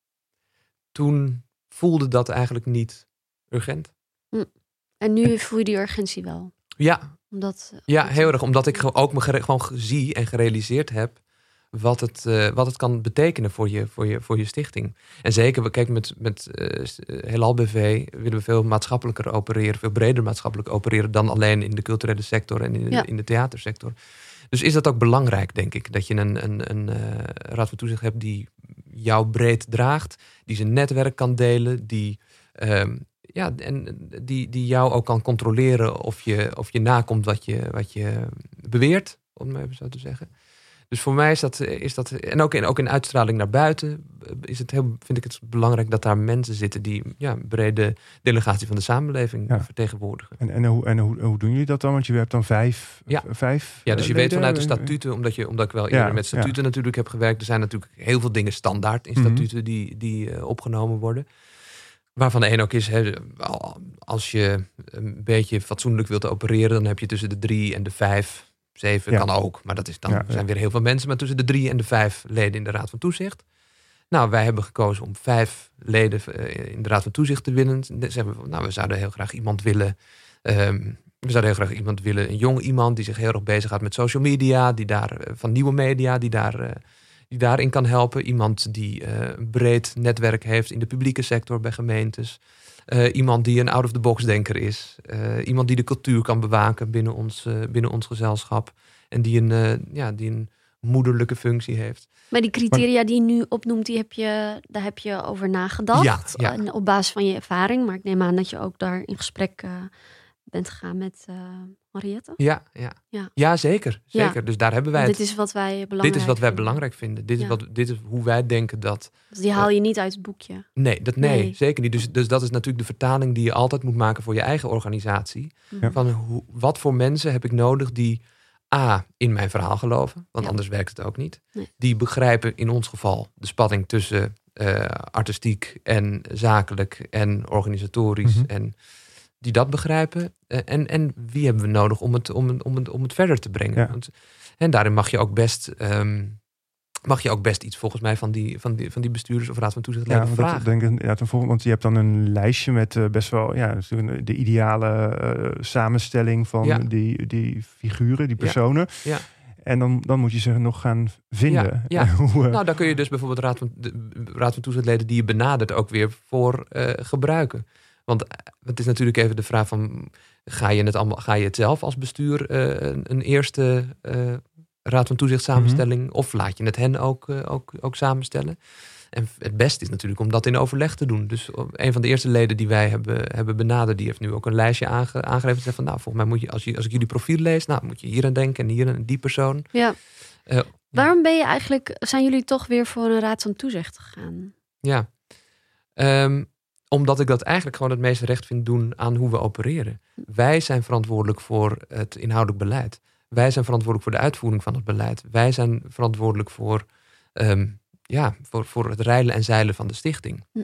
Toen voelde dat eigenlijk niet urgent. Hm. En nu voel je die urgentie wel? Ja. Omdat, ja, heel erg. Omdat ik ook me gere- gewoon zie en gerealiseerd heb... Wat het, uh, wat het kan betekenen voor je, voor je, voor je stichting. En zeker, we kijken met, met uh, Heelal B V willen we veel maatschappelijker opereren, veel breder maatschappelijk opereren dan alleen in de culturele sector en in, ja. in de theatersector. Dus is dat ook belangrijk, denk ik, dat je een, een, een uh, raad van toezicht hebt die jou breed draagt, die zijn netwerk kan delen, die, um, ja, en die, die jou ook kan controleren of je, of je nakomt wat je, wat je beweert, om het maar even zo te zeggen. Dus voor mij is dat, is dat en ook in, ook in uitstraling naar buiten, is het heel, vind ik het belangrijk dat daar mensen zitten die ja, brede delegatie van de samenleving ja. vertegenwoordigen. En, en, hoe, en hoe, hoe doen jullie dat dan? Want je hebt dan vijf. Ja, vijf ja dus je leden. weet vanuit de statuten, omdat, je, omdat ik wel eerder ja, met statuten ja. natuurlijk heb gewerkt. Er zijn natuurlijk heel veel dingen standaard in statuten mm-hmm. die, die uh, opgenomen worden. Waarvan de een ook is, he, als je een beetje fatsoenlijk wilt opereren, dan heb je tussen de drie en de vijf. Zeven ja. kan ook, maar dat is dan ja, zijn ja. weer heel veel mensen. Maar tussen de drie en de vijf leden in de Raad van Toezicht. Nou, wij hebben gekozen om vijf leden in de Raad van Toezicht te winnen. Zeggen we, nou, we zouden heel graag iemand willen. Um, we zouden heel graag iemand willen, een jong iemand die zich heel erg bezighoudt met social media, die daar van nieuwe media, die daar, uh, die daarin kan helpen. Iemand die uh, een breed netwerk heeft in de publieke sector bij gemeentes. Uh, iemand die een out-of-the-box denker is. Uh, iemand die de cultuur kan bewaken binnen ons, uh, binnen ons gezelschap. En die een, uh, ja, die een moederlijke functie heeft. Maar die criteria die je nu opnoemt, die heb je, daar heb je over nagedacht. Ja, ja. En op basis van je ervaring. Maar ik neem aan dat je ook daar in gesprek uh, bent gegaan met uh, Henriette. Ja, ja. Ja. ja zeker. zeker. Ja. Dus daar hebben wij dit het. is wat wij belangrijk Dit is wat wij vinden. belangrijk vinden. Dit, ja. is wat, dit is hoe wij denken dat... Dus die haal je uh, niet uit het boekje? Nee, dat, nee, nee. zeker niet. Dus, dus dat is natuurlijk de vertaling die je altijd moet maken voor je eigen organisatie. Ja. Van hoe, wat voor mensen heb ik nodig die A, in mijn verhaal geloven. Want ja. anders werkt het ook niet. Nee. Die begrijpen in ons geval de spanning tussen uh, artistiek en zakelijk en organisatorisch. Mm-hmm. En die dat begrijpen. Uh, en, en wie hebben we nodig om het, om, om het, om het verder te brengen. Ja. Want, en daarin mag je ook best... Um, mag je ook best iets volgens mij van die, van die, van die bestuurders of raad van toezichtleden ja, vragen. Denk ik, ja, ten volgende, want je hebt dan een lijstje met uh, best wel ja, de ideale uh, samenstelling van ja. die, die figuren, die personen. Ja. Ja. En dan, dan moet je ze nog gaan vinden. Ja, ja. Hoe, uh... Nou, dan kun je dus bijvoorbeeld raad van, de raad van toezichtleden die je benadert ook weer voor uh, gebruiken. Want het is natuurlijk even de vraag van, ga je het, allemaal, ga je het zelf als bestuur uh, een, een eerste... Uh, Raad van Toezicht samenstelling, mm-hmm. of laat je het hen ook, uh, ook, ook samenstellen. En het beste is natuurlijk om dat in overleg te doen. Dus een van de eerste leden die wij hebben, hebben benaderd, die heeft nu ook een lijstje aange, aangegeven. En zegt van, nou, volgens mij moet je, als je, als ik jullie profiel lees, nou, moet je hier aan denken en hier aan die persoon. Ja. Uh, Waarom ben je eigenlijk, zijn jullie toch weer voor een raad van toezicht gegaan? Ja, um, omdat ik dat eigenlijk gewoon het meest recht vind doen aan hoe we opereren. Wij zijn verantwoordelijk voor het inhoudelijk beleid. Wij zijn verantwoordelijk voor de uitvoering van het beleid. Wij zijn verantwoordelijk voor, um, ja, voor, voor het reilen en zeilen van de stichting. Hm.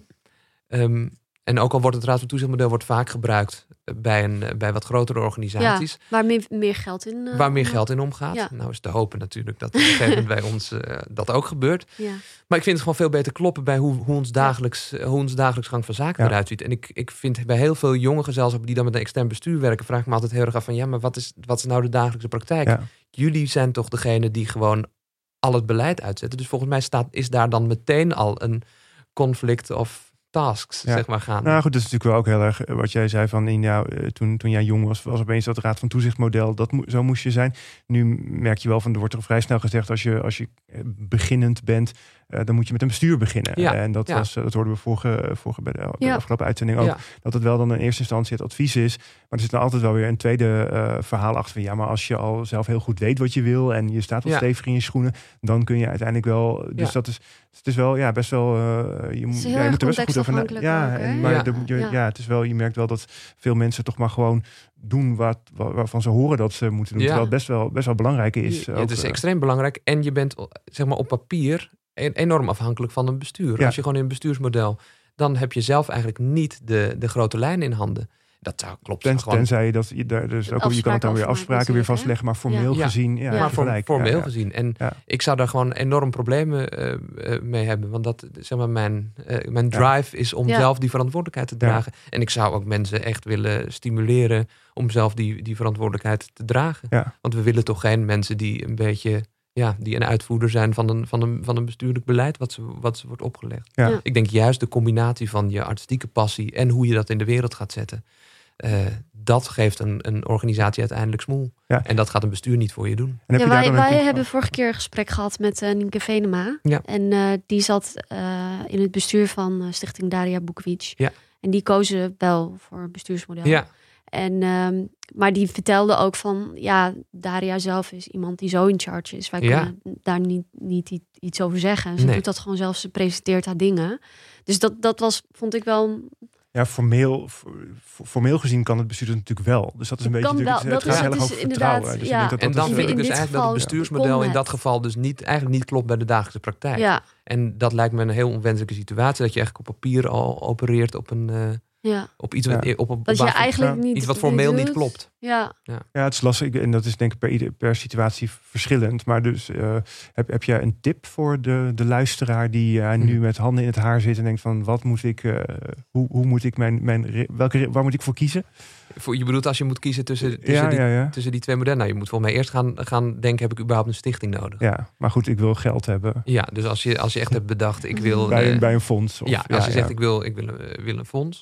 Um, en ook al wordt het raad van toezichtmodel wordt vaak gebruikt bij, een, bij wat grotere organisaties. Ja, waar meer, meer geld in uh, Waar meer geld in omgaat. Ja. Nou is te hopen natuurlijk dat op een gegeven moment bij ons uh, dat ook gebeurt. Ja. Maar ik vind het gewoon veel beter kloppen bij hoe, hoe, ons, dagelijks, uh, hoe ons dagelijks gang van zaken Ja. eruit ziet. En ik, ik vind bij heel veel jonge gezelschappen die dan met een extern bestuur werken, vraag ik me altijd heel erg af van ja, maar wat is, wat is nou de dagelijkse praktijk? Ja. Jullie zijn toch degene die gewoon al het beleid uitzetten. Dus volgens mij staat, is daar dan meteen al een conflict of tasks, Ja. zeg maar, gaan. Nou goed, dat is natuurlijk wel ook heel erg uh, wat jij zei van in jou, uh, toen, toen jij jong was, was opeens dat raad van toezichtmodel, dat mo- zo moest je zijn. Nu merk je wel van, er wordt er vrij snel gezegd, als je, als je beginnend bent, uh, dan moet je met een bestuur beginnen. Ja. Uh, en dat, Ja. was, uh, dat hoorden we vorige, vorige bij de, de Ja. afgelopen uitzending ook, Ja. dat het wel dan in eerste instantie het advies is. Maar er zit dan altijd wel weer een tweede uh, verhaal achter van ja, maar als je al zelf heel goed weet wat je wil en je staat wat Ja. stevig in je schoenen, dan kun je uiteindelijk wel. Dus Ja. dat is, het is wel ja, best wel. Uh, je, Het is heel ja, je erg moet er best wel goed over na- contextafhankelijk Ja, ook, hè? en, maar Ja. de- je, Ja. ja, het is wel. Je merkt wel dat veel mensen toch maar gewoon doen wat, wat waarvan ze horen dat ze moeten doen. Ja. Terwijl het best wel best wel belangrijk is. Ja, ook, het is uh, extreem belangrijk. En je bent, zeg maar, op papier e- enorm afhankelijk van een bestuur. Ja. Als je gewoon in een bestuursmodel, dan heb je zelf eigenlijk niet de, de grote lijnen in handen. Dat zou, klopt. ten, gewoon, tenzij je dat je daar dus ook je kan het dan weer afspraken afspraken weer afmaken vastleggen, maar formeel Ja. gezien ja, Ja. heb maar je voor, gelijk. formeel Ja, ja. gezien. En Ja. ik zou daar gewoon enorm problemen uh, uh, mee hebben. Want dat, zeg maar, mijn, uh, mijn drive is om Ja. zelf die verantwoordelijkheid te Ja. dragen. En ik zou ook mensen echt willen stimuleren om zelf die, die verantwoordelijkheid te dragen. Ja. Want we willen toch geen mensen die een beetje, ja, die een uitvoerder zijn van een, van een, van een bestuurlijk beleid wat ze, wat ze wordt opgelegd. Ja. Ja. Ik denk juist de combinatie van je artistieke passie en hoe je dat in de wereld gaat zetten. Uh, dat geeft een, een organisatie uiteindelijk smoel. Ja. En dat gaat een bestuur niet voor je doen. En heb Ja, je daar wij dan een wij tip- hebben vorige keer een gesprek gehad met uh, Nienke Venema. Ja. En uh, die zat uh, in het bestuur van uh, Stichting Daria Bukvic. Ja. En die kozen wel voor een bestuursmodel. Ja. En, um, maar die vertelde ook van, ja, Daria zelf is iemand die zo in charge is. Wij Ja. kunnen daar niet, niet iets over zeggen. Ze Nee. doet dat gewoon zelf, ze presenteert haar dingen. Dus dat, dat was, vond ik wel... Ja, formeel, formeel gezien kan het bestuur dat natuurlijk wel. Dus dat is een Het beetje kan natuurlijk, wel. het Dat gaat is- heel het erg is over vertrouwen. inderdaad, Dus ja. ik denk dat En dat dan is- vind in ik dus dit eigenlijk dat het geval bestuursmodel kon in dat het. geval dus niet, eigenlijk niet klopt bij de dagelijkse praktijk. Ja, En dat lijkt me een heel onwenselijke situatie. Dat je eigenlijk op papier al opereert op, een, uh, ja. op iets wat, Ja. op, op, op Dat je basis van eigenlijk ja. niet... iets wat formeel niet doet. klopt. Ja. Ja, het is lastig en dat is denk ik per, ieder, per situatie verschillend. Maar dus uh, heb, heb jij een tip voor de, de luisteraar die uh, nu Hmm. met handen in het haar zit en denkt van wat moet ik, uh, hoe, hoe moet ik mijn, mijn welke, waar moet ik voor kiezen? Voor, je bedoelt als je moet kiezen tussen, tussen, Ja, die, ja, ja. tussen die twee modellen. Nou, je moet volgens mij eerst gaan, gaan denken, heb ik überhaupt een stichting nodig? Ja, maar goed, ik wil geld hebben. Ja, dus als je, als je echt hebt bedacht, ik wil... Bij, uh, een, bij een fonds. Of, ja, als je ja, zegt, ja. ik wil, ik wil, uh, wil een fonds.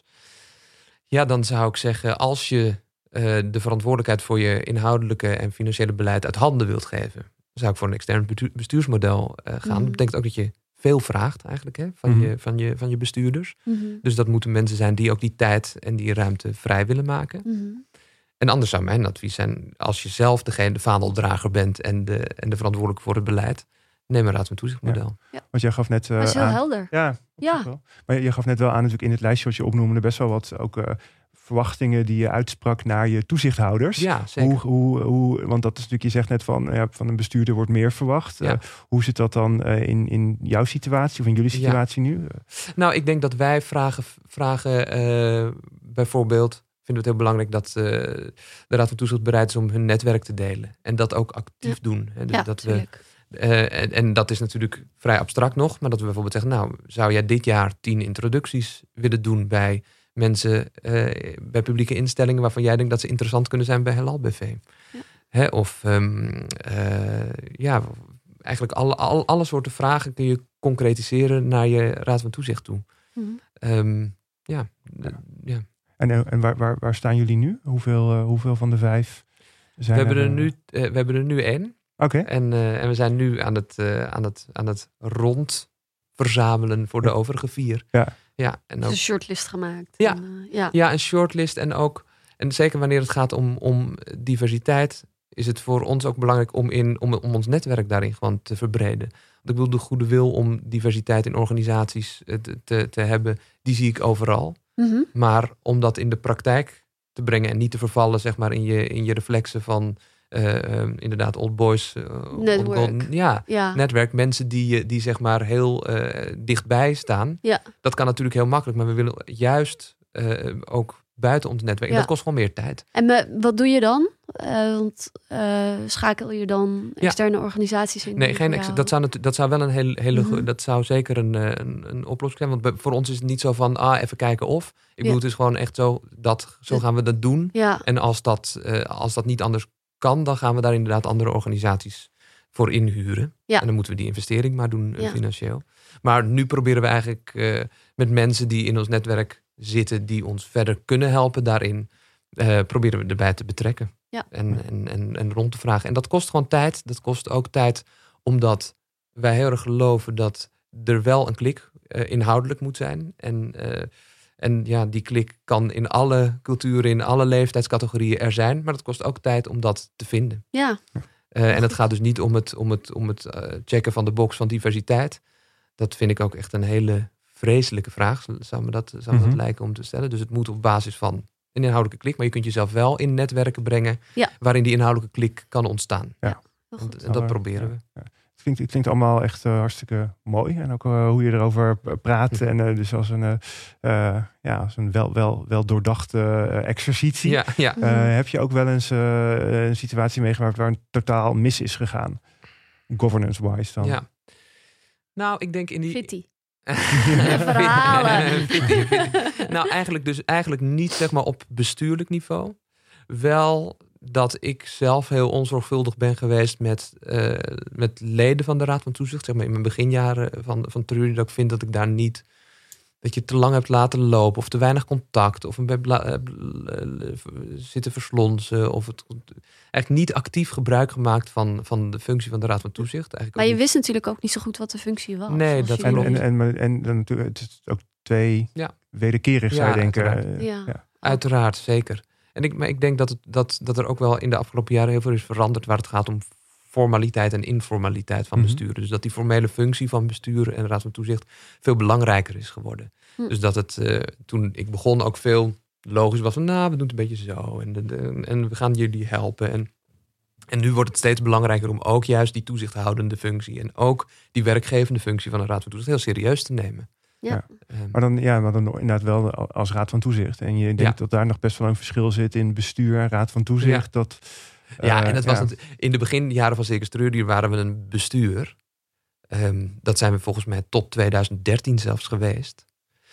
Ja, dan zou ik zeggen, als je uh, de verantwoordelijkheid voor je inhoudelijke en financiële beleid uit handen wilt geven, zou ik voor een extern betu- bestuursmodel uh, gaan. Mhm. Dat betekent ook dat je veel vraagt eigenlijk hè, van, Mhm. je, van, je, van je bestuurders. Mhm. Dus dat moeten mensen zijn die ook die tijd en die ruimte vrij willen maken. Mhm. En anders zou mijn advies zijn, als je zelf degene, de vaandeldrager bent en de, en de verantwoordelijke voor het beleid, neem een raad van toezichtmodel. Want jij gaf net uh, Dat is heel aan, helder. ja, op Ja. zich wel. Maar je gaf net wel aan natuurlijk in het lijstje wat je opnoemde best wel wat ook uh, verwachtingen die je uitsprak naar je toezichthouders. Ja, zeker. Hoe, hoe, hoe, want dat is natuurlijk, je zegt net van, ja, van een bestuurder wordt meer verwacht. Ja. Uh, hoe zit dat dan uh, in, in jouw situatie of in jullie situatie Ja. nu? Uh, Nou, ik denk dat wij vragen, vragen uh, bijvoorbeeld, vinden we het heel belangrijk dat uh, de Raad van Toezicht bereid is om hun netwerk te delen. En dat ook actief Ja. doen. Hè. Dus Ja, dat we, tuurlijk. uh, en, en dat is natuurlijk vrij abstract nog, maar dat we bijvoorbeeld zeggen, nou, zou jij dit jaar tien introducties willen doen bij mensen, uh, bij publieke instellingen waarvan jij denkt dat ze interessant kunnen zijn bij Halal B V? Ja. Hè, of um, uh, ja, eigenlijk alle, alle, alle soorten vragen kun je concretiseren naar je Raad van Toezicht toe. Mhm. Um, ja, d- ja. en en waar, waar, waar staan jullie nu? Hoeveel, uh, hoeveel van de vijf zijn We, hebben er uh, nu, uh, we hebben er nu één. Oké. En, uh, en we zijn nu aan het, uh, aan het, aan het rond verzamelen voor de Ja. overige vier. Ja. Ja, en Dus ook, een shortlist gemaakt. Ja. En, uh, ja. ja, een shortlist en ook, en zeker wanneer het gaat om, om diversiteit, is het voor ons ook belangrijk om, in, om, om ons netwerk daarin gewoon te verbreden. Want ik bedoel, de goede wil om diversiteit in organisaties te, te, te hebben, die zie ik overal. Mm-hmm. Maar om dat in de praktijk te brengen en niet te vervallen, zeg maar, in je, in je reflexen van uh, uh, inderdaad old boys. Uh, Network. old golden- ja, Ja. netwerk. Mensen die, die zeg maar heel uh, dichtbij staan. Ja. Dat kan natuurlijk heel makkelijk, maar we willen juist uh, ook buiten ons netwerk. En Ja. dat kost gewoon meer tijd. En me, wat doe je dan? Uh, want uh, schakel je dan externe ja. organisaties in? Nee, geen ex- dat, zou natu- dat zou wel een hele, hele Mm-hmm. go- dat zou zeker een, een, een oplossing zijn. Want bij, voor ons is het niet zo van, ah, even kijken of. Ik bedoel, ja. het is gewoon echt zo, dat, zo gaan we dat doen. Ja. En als dat, uh, als dat niet anders kan, dan gaan we daar inderdaad andere organisaties voor inhuren. Ja. En dan moeten we die investering maar doen uh, Ja. financieel. Maar nu proberen we eigenlijk uh, met mensen die in ons netwerk zitten, die ons verder kunnen helpen daarin, uh, proberen we erbij te betrekken. Ja. En, en, en, en rond te vragen. En dat kost gewoon tijd. Dat kost ook tijd omdat wij heel erg geloven dat er wel een klik uh, inhoudelijk moet zijn. En, uh, en ja, die klik kan in alle culturen, in alle leeftijdscategorieën er zijn. Maar dat kost ook tijd om dat te vinden. Ja. Uh, en het gaat dus niet om het, om het, om het uh, checken van de box van diversiteit. Dat vind ik ook echt een hele vreselijke vraag. Zou me dat, zou me Mm-hmm. dat lijken om te stellen. Dus het moet op basis van een inhoudelijke klik. Maar je kunt jezelf wel in netwerken brengen Ja. waarin die inhoudelijke klik kan ontstaan. Ja. Heel En, goed. en dat proberen we. Ja, ja. Het, klinkt, het klinkt allemaal echt uh, hartstikke mooi. En ook uh, hoe je erover praat. Ja. En uh, dus als een, uh, uh, ja, als een wel, wel, wel doordachte uh, exercitie. Ja, ja. Uh, heb je ook wel eens uh, een situatie meegemaakt waar een totaal mis is gegaan? Governance-wise dan. ja. Nou, ik denk in die... Fitty. Verhalen. Fitty, fitty. Nou, eigenlijk dus eigenlijk niet zeg maar op bestuurlijk niveau. Wel dat ik zelf heel onzorgvuldig ben geweest met, uh, met leden van de Raad van Toezicht. Zeg maar in mijn beginjaren van, van Truri, dat ik vind dat ik daar niet... dat je te lang hebt laten lopen of te weinig contact of een hebt la- zitten verslonsen of het eigenlijk niet actief gebruik gemaakt van, van de functie van de Raad van Toezicht. Eigenlijk Maar je niet. wist natuurlijk ook niet zo goed wat de functie was. Nee, Als dat je- En, klopt. en, en, en, en dan natuurlijk, het is ook twee Ja. wederkerig zou je Ja, denken. uiteraard. Uh, Ja. ja. Uiteraard, zeker. En ik, maar ik denk dat, het, dat, dat er ook wel in de afgelopen jaren heel veel is veranderd waar het gaat om formaliteit en informaliteit van Mhm. besturen. Dus dat die formele functie van bestuur en Raad van Toezicht veel belangrijker is geworden. Hm. Dus dat het uh, toen ik begon ook veel logisch was van nou, we doen het een beetje zo en, de, de, en we gaan jullie helpen. En, en nu wordt het steeds belangrijker om ook juist die toezichthoudende functie en ook die werkgevende functie van een Raad van Toezicht heel serieus te nemen. Ja. Um, Maar dan, ja, maar dan inderdaad wel als Raad van Toezicht. En je denkt Ja. dat daar nog best wel een verschil zit in bestuur en Raad van Toezicht. Ja. Dat, Ja, uh, en het was ja. het, in de beginjaren van Circus Treur waren we een bestuur. Um, dat zijn we volgens mij tot tweeduizend dertien zelfs geweest.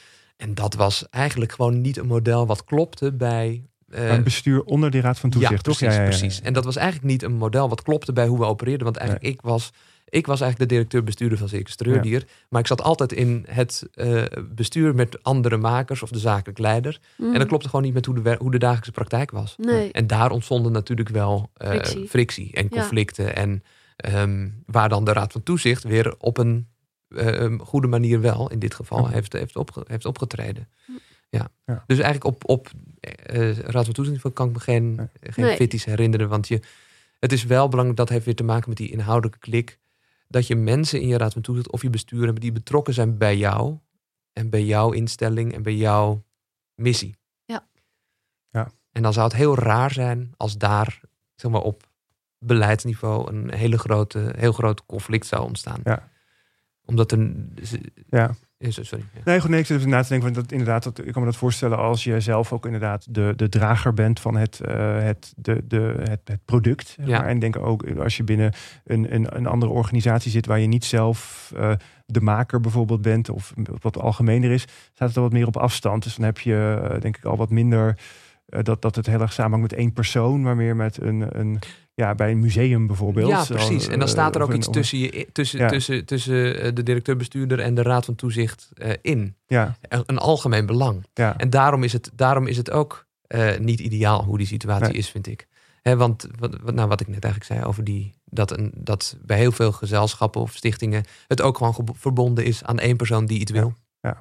En dat was eigenlijk gewoon niet een model wat klopte bij... Uh, Maar een bestuur onder die Raad van Toezicht, ja, toch? precies, Ja, ja, ja, ja. precies. En dat was eigenlijk niet een model wat klopte bij hoe we opereerden. Want eigenlijk ik was... Ik was eigenlijk de directeur-bestuurder van Circus Treurdier. Ja. Maar ik zat altijd in het uh, bestuur met andere makers of de zakelijk leider. Mm. En dat klopte gewoon niet met hoe de, hoe de dagelijkse praktijk was. Nee. En daar ontstonden natuurlijk wel uh, Frictie. frictie en conflicten. Ja. En um, waar dan de Raad van Toezicht weer op een uh, goede manier wel, in dit geval, ja. heeft, heeft, opge, heeft opgetreden. Hm. Ja. Ja. Dus eigenlijk op, op uh, Raad van Toezicht kan ik me geen, nee. geen Nee. fitties herinneren. Want je, het is wel belangrijk, dat heeft weer te maken met die inhoudelijke klik. Dat je mensen in je Raad van Toezicht of je bestuur hebben die betrokken zijn bij jou. En bij jouw instelling en bij jouw missie. Ja. Ja. En dan zou het heel raar zijn als daar, zeg maar, op beleidsniveau een hele grote, heel groot conflict zou ontstaan. Ja. Omdat er... Ja. Sorry. Ja. Nee, goed, nee, ik zit even na te denken. Want dat, inderdaad, dat, ik kan me dat voorstellen als je zelf ook inderdaad de, de drager bent van het, uh, het, de, de, het, het product. Zeg Ja. maar. En denk ook als je binnen een, een, een andere organisatie zit waar je niet zelf uh, de maker bijvoorbeeld bent of wat algemener is, staat het er wat meer op afstand. Dus dan heb je uh, denk ik al wat minder uh, dat, dat het heel erg samenhangt met één persoon, maar meer met een... een ja, bij een museum bijvoorbeeld. Ja, precies. En dan staat er ook een, iets tussen, je, tussen, ja. tussen, tussen de directeur-bestuurder en de Raad van Toezicht uh, in. Ja. Een, een algemeen belang. Ja. En daarom is het, daarom is het ook uh, niet ideaal hoe die situatie nee. is, vind ik. He, want wat, wat, nou, wat ik net eigenlijk zei over die, dat, een, dat bij heel veel gezelschappen of stichtingen het ook gewoon ge- verbonden is aan één persoon die iets wil.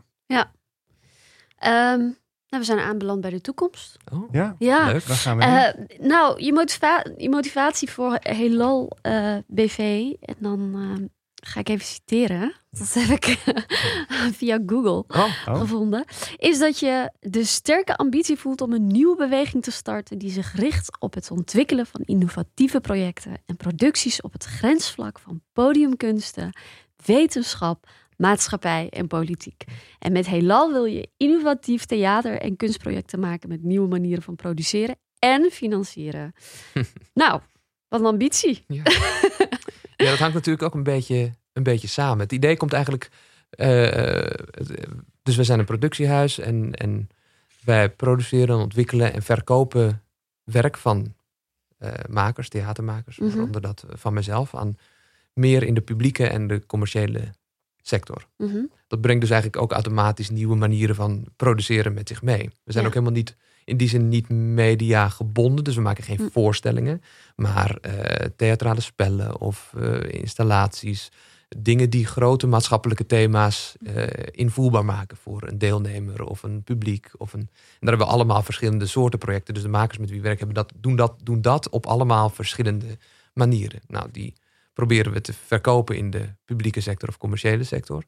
Um, nou, we zijn aanbeland bij de toekomst. Oh, Ja. leuk. Daar gaan we heen. Uh, nou, je, motiva- je motivatie voor Heelal uh, B V, en dan uh, ga ik even citeren. Dat heb ik via Google Oh, Oh. gevonden. Is dat je de sterke ambitie voelt om een nieuwe beweging te starten die zich richt op het ontwikkelen van innovatieve projecten en producties op het grensvlak van podiumkunsten, wetenschap, maatschappij en politiek. En met Heelal wil je innovatief theater- en kunstprojecten maken met nieuwe manieren van produceren en financieren. Nou, wat een ambitie. Ja. Ja, dat hangt natuurlijk ook een beetje, een beetje samen. Het idee komt eigenlijk... Uh, dus we zijn een productiehuis en, en wij produceren, ontwikkelen en verkopen werk van uh, makers, theatermakers, Mhm. waaronder dat van mezelf, aan meer in de publieke en de commerciële sector. Mhm. Dat brengt dus eigenlijk ook automatisch nieuwe manieren van produceren met zich mee. We zijn Ja. ook helemaal niet, in die zin niet media gebonden. Dus we maken geen Hm. voorstellingen. Maar uh, theatrale spellen of uh, installaties. Dingen die grote maatschappelijke thema's uh, invoelbaar maken voor een deelnemer of een publiek. Of een, en daar hebben we allemaal verschillende soorten projecten. Dus de makers met wie we werken hebben dat, doen, dat, doen dat op allemaal verschillende manieren. Nou, die proberen we te verkopen in de publieke sector of commerciële sector.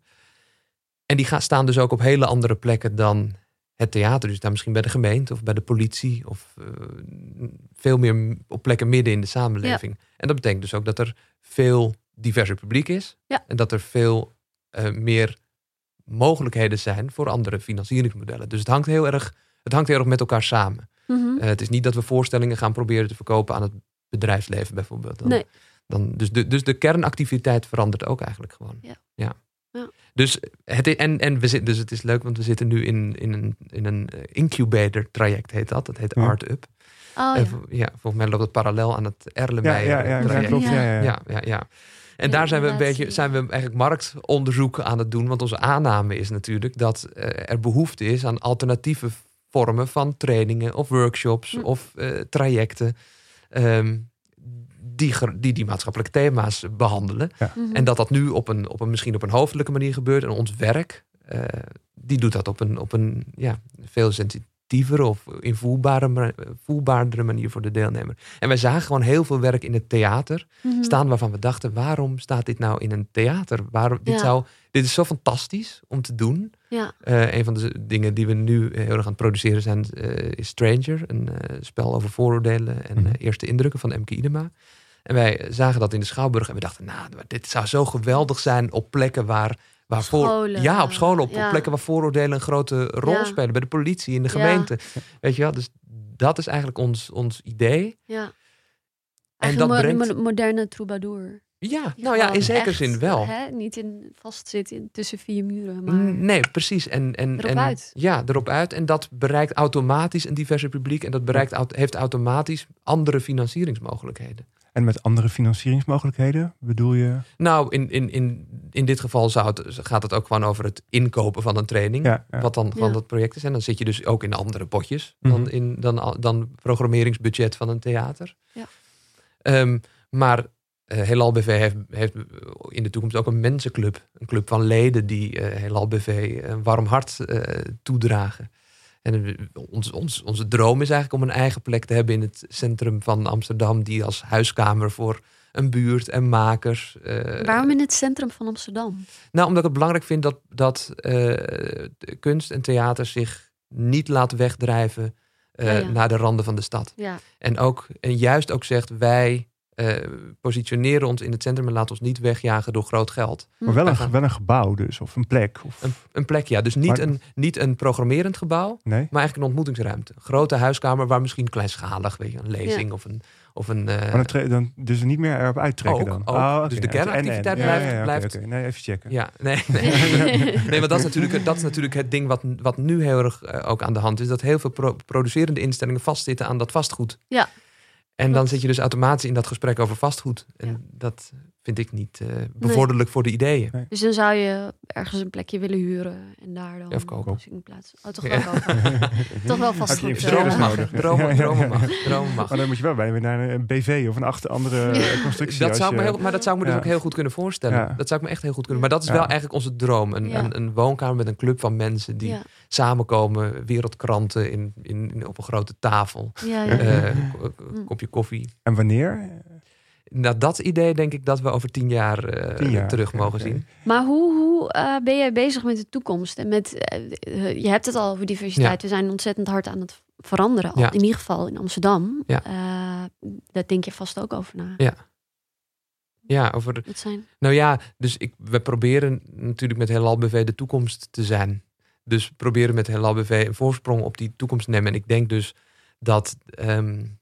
En die gaan, staan dus ook op hele andere plekken dan het theater. Dus daar misschien bij de gemeente of bij de politie. Of uh, veel meer op plekken midden in de samenleving. Ja. En dat betekent dus ook dat er veel diverser publiek is. Ja. En dat er veel uh, meer mogelijkheden zijn voor andere financieringsmodellen. Dus het hangt heel erg, het hangt heel erg met elkaar samen. Mm-hmm. Uh, het is niet dat we voorstellingen gaan proberen te verkopen aan het bedrijfsleven bijvoorbeeld. Dan, nee. Dan, dus, de, dus de kernactiviteit verandert ook eigenlijk gewoon. Ja. Ja. Ja. Dus, het, en, en we zitten, dus het is leuk, want we zitten nu in, in een, in een incubator traject, heet dat. Dat heet Ja. Art Up. Oh, En ja. vo- ja, volgens mij loopt het parallel aan het Ja, Erlenmeyer ja, ja, ja, traject. klopt. Ja, ja, ja. Ja, ja, ja. En Ja, daar zijn we een innovatie. beetje, zijn we eigenlijk marktonderzoek aan het doen. Want onze aanname is natuurlijk dat uh, er behoefte is aan alternatieve vormen van trainingen of workshops Hm. of uh, trajecten. Um, die, ge- die die maatschappelijke thema's behandelen. Mhm. En dat dat nu op een, op een, misschien op een hoofdelijke manier gebeurt. En ons werk, uh, die doet dat op een, op een ja, veel sensitievere of invoelbare, ma- voelbaardere manier voor de deelnemer. En wij zagen gewoon heel veel werk in het theater Mhm. staan waarvan we dachten, waarom staat dit nou in een theater? Waarom, dit, Ja. zou, dit is zo fantastisch om te doen. Ja. Uh, een van de dingen die we nu heel erg aan het produceren zijn, uh, is Stranger. Een uh, spel over vooroordelen en uh, Mhm. eerste indrukken van Emke Idema. En wij zagen dat in de Schouwburg en we dachten, nou, dit zou zo geweldig zijn op plekken waar... waar voor, Scholen. ja, op scholen, op, Ja. op plekken waar vooroordelen een grote rol Ja. spelen. Bij de politie, in de Ja. gemeente. Weet je wel, dus dat is eigenlijk ons, ons idee. Ja. En Eigenlijk dat een mo- brengt... mo- moderne troubadour. Ja, Die nou ja, in gewoon zekere echt, zin wel. Hè, niet in vastzit in, tussen vier muren, maar Mm, Nee, precies. En, en, erop en, uit. Ja, erop uit. En dat bereikt automatisch een diverse publiek. En dat bereikt, aut- heeft automatisch andere financieringsmogelijkheden. En met andere financieringsmogelijkheden bedoel je? Nou, in, in, in, in dit geval zou het, gaat het ook gewoon over het inkopen van een training. Ja, ja. Wat dan gewoon Ja. dat project is. En dan zit je dus ook in andere potjes dan, Mhm. in, dan, dan programmeringsbudget van een theater. Ja. Um, maar uh, Heelal B V heeft, heeft in de toekomst ook een mensenclub. Een club van leden die uh, Heelal B V een warm hart uh, toedragen. En uh, ons, ons, onze droom is eigenlijk om een eigen plek te hebben in het centrum van Amsterdam. Die als huiskamer voor een buurt en makers. Uh, waarom in het centrum van Amsterdam? Nou, omdat ik het belangrijk vind dat, dat uh, de kunst en theater zich niet laat wegdrijven uh, Ja, ja. naar de randen van de stad. Ja, En, ook, en juist ook zegt, wij uh, positioneren ons in het centrum en laten ons niet wegjagen door groot geld. Maar wel Wij een, gaan- wel een gebouw dus, of een plek. Of, Een, een plek, ja. Dus niet, Maar- een, niet een programmerend gebouw, nee? maar eigenlijk een ontmoetingsruimte. Een grote huiskamer waar misschien kleinschalig, weet je, een lezing of een... Of een uh, Maar dan, tre- dan dus niet meer erop uittrekken Ook, dan? ook. Oh, oké. Dus de En- kernactiviteit en- en. blijft- Ja, ja, ja, blijft- oké, oké. Nee, even checken. Ja, nee, nee. nee, maar dat is natuurlijk, dat is natuurlijk het ding wat, wat nu heel erg uh, ook aan de hand is. Dat heel veel pro- producerende instellingen vastzitten aan dat vastgoed. Ja, En dan klopt. zit je dus automatisch in dat gesprek over vastgoed. En Ja. dat vind ik niet uh, bevorderlijk nee. voor de ideeën. Nee. Dus dan zou je ergens een plekje willen huren en daar dan ja, of kopen. zingplaats. Oh, toch wel ja. kopen. Toch wel vast. Dromen mag. Dromen, dromen mag. Dromen mag. Maar dan moet je wel bijna weer naar een B V of een acht andere ja. constructie. Dat zou je... me heel, maar dat zou ik me dus ja. ook heel goed kunnen voorstellen. Ja. Dat zou ik me echt heel goed kunnen. Maar dat is ja. wel eigenlijk onze droom. Een, ja. een, een woonkamer met een club van mensen die ja. samenkomen, wereldkranten in, in, in, op een grote tafel. Ja, ja. Uh, k- kopje koffie. En wanneer? Nou, dat idee denk ik dat we over tien jaar, uh, tien jaar terug okay, mogen okay. zien. Maar hoe, hoe uh, ben jij bezig met de toekomst? En met, uh, je hebt het al over diversiteit. Ja. We zijn ontzettend hard aan het veranderen. Al, ja. In ieder geval in Amsterdam. Ja. Uh, daar denk je vast ook over na. Ja. Ja, over. Dat zijn... Nou ja, dus ik, we proberen natuurlijk met Heelal B V de toekomst te zijn. Dus we proberen met Heelal B V een voorsprong op die toekomst te nemen. En ik denk dus dat um,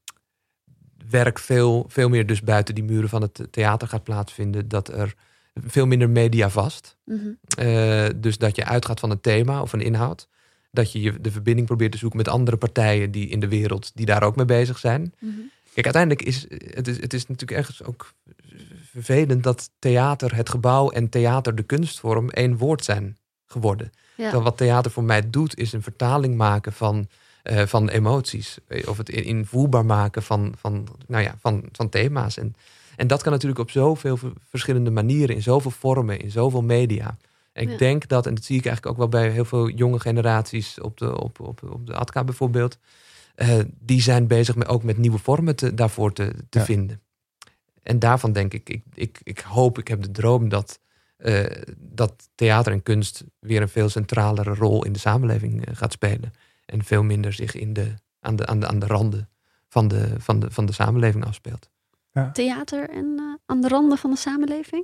werk veel, veel meer dus buiten die muren van het theater gaat plaatsvinden. Dat er veel minder media vast. Mm-hmm. Uh, dus dat je uitgaat van een thema of een inhoud. Dat je de verbinding probeert te zoeken met andere partijen die in de wereld die daar ook mee bezig zijn. Mm-hmm. Kijk, uiteindelijk is het, is het is natuurlijk ergens ook vervelend dat theater, het gebouw en theater, de kunstvorm, één woord zijn geworden. Ja. Terwijl wat theater voor mij doet, is een vertaling maken van, uh, van emoties. Of het invoelbaar maken van, van, nou ja, van, van thema's. En, en dat kan natuurlijk op zoveel verschillende manieren, in zoveel vormen, in zoveel media. En ik ja. denk dat, en dat zie ik eigenlijk ook wel bij heel veel jonge generaties op de, op, op, op de A T K A bijvoorbeeld. Uh, die zijn bezig met, ook met nieuwe vormen te, daarvoor te, te ja. vinden. En daarvan denk ik, ik, ik, ik hoop, ik heb de droom dat, uh, dat theater en kunst weer een veel centralere rol in de samenleving uh, gaat spelen. En veel minder zich in de, aan, de, aan, de, aan de randen van de, van, de, van de samenleving afspeelt. Ja. Theater en uh, aan de randen van de samenleving?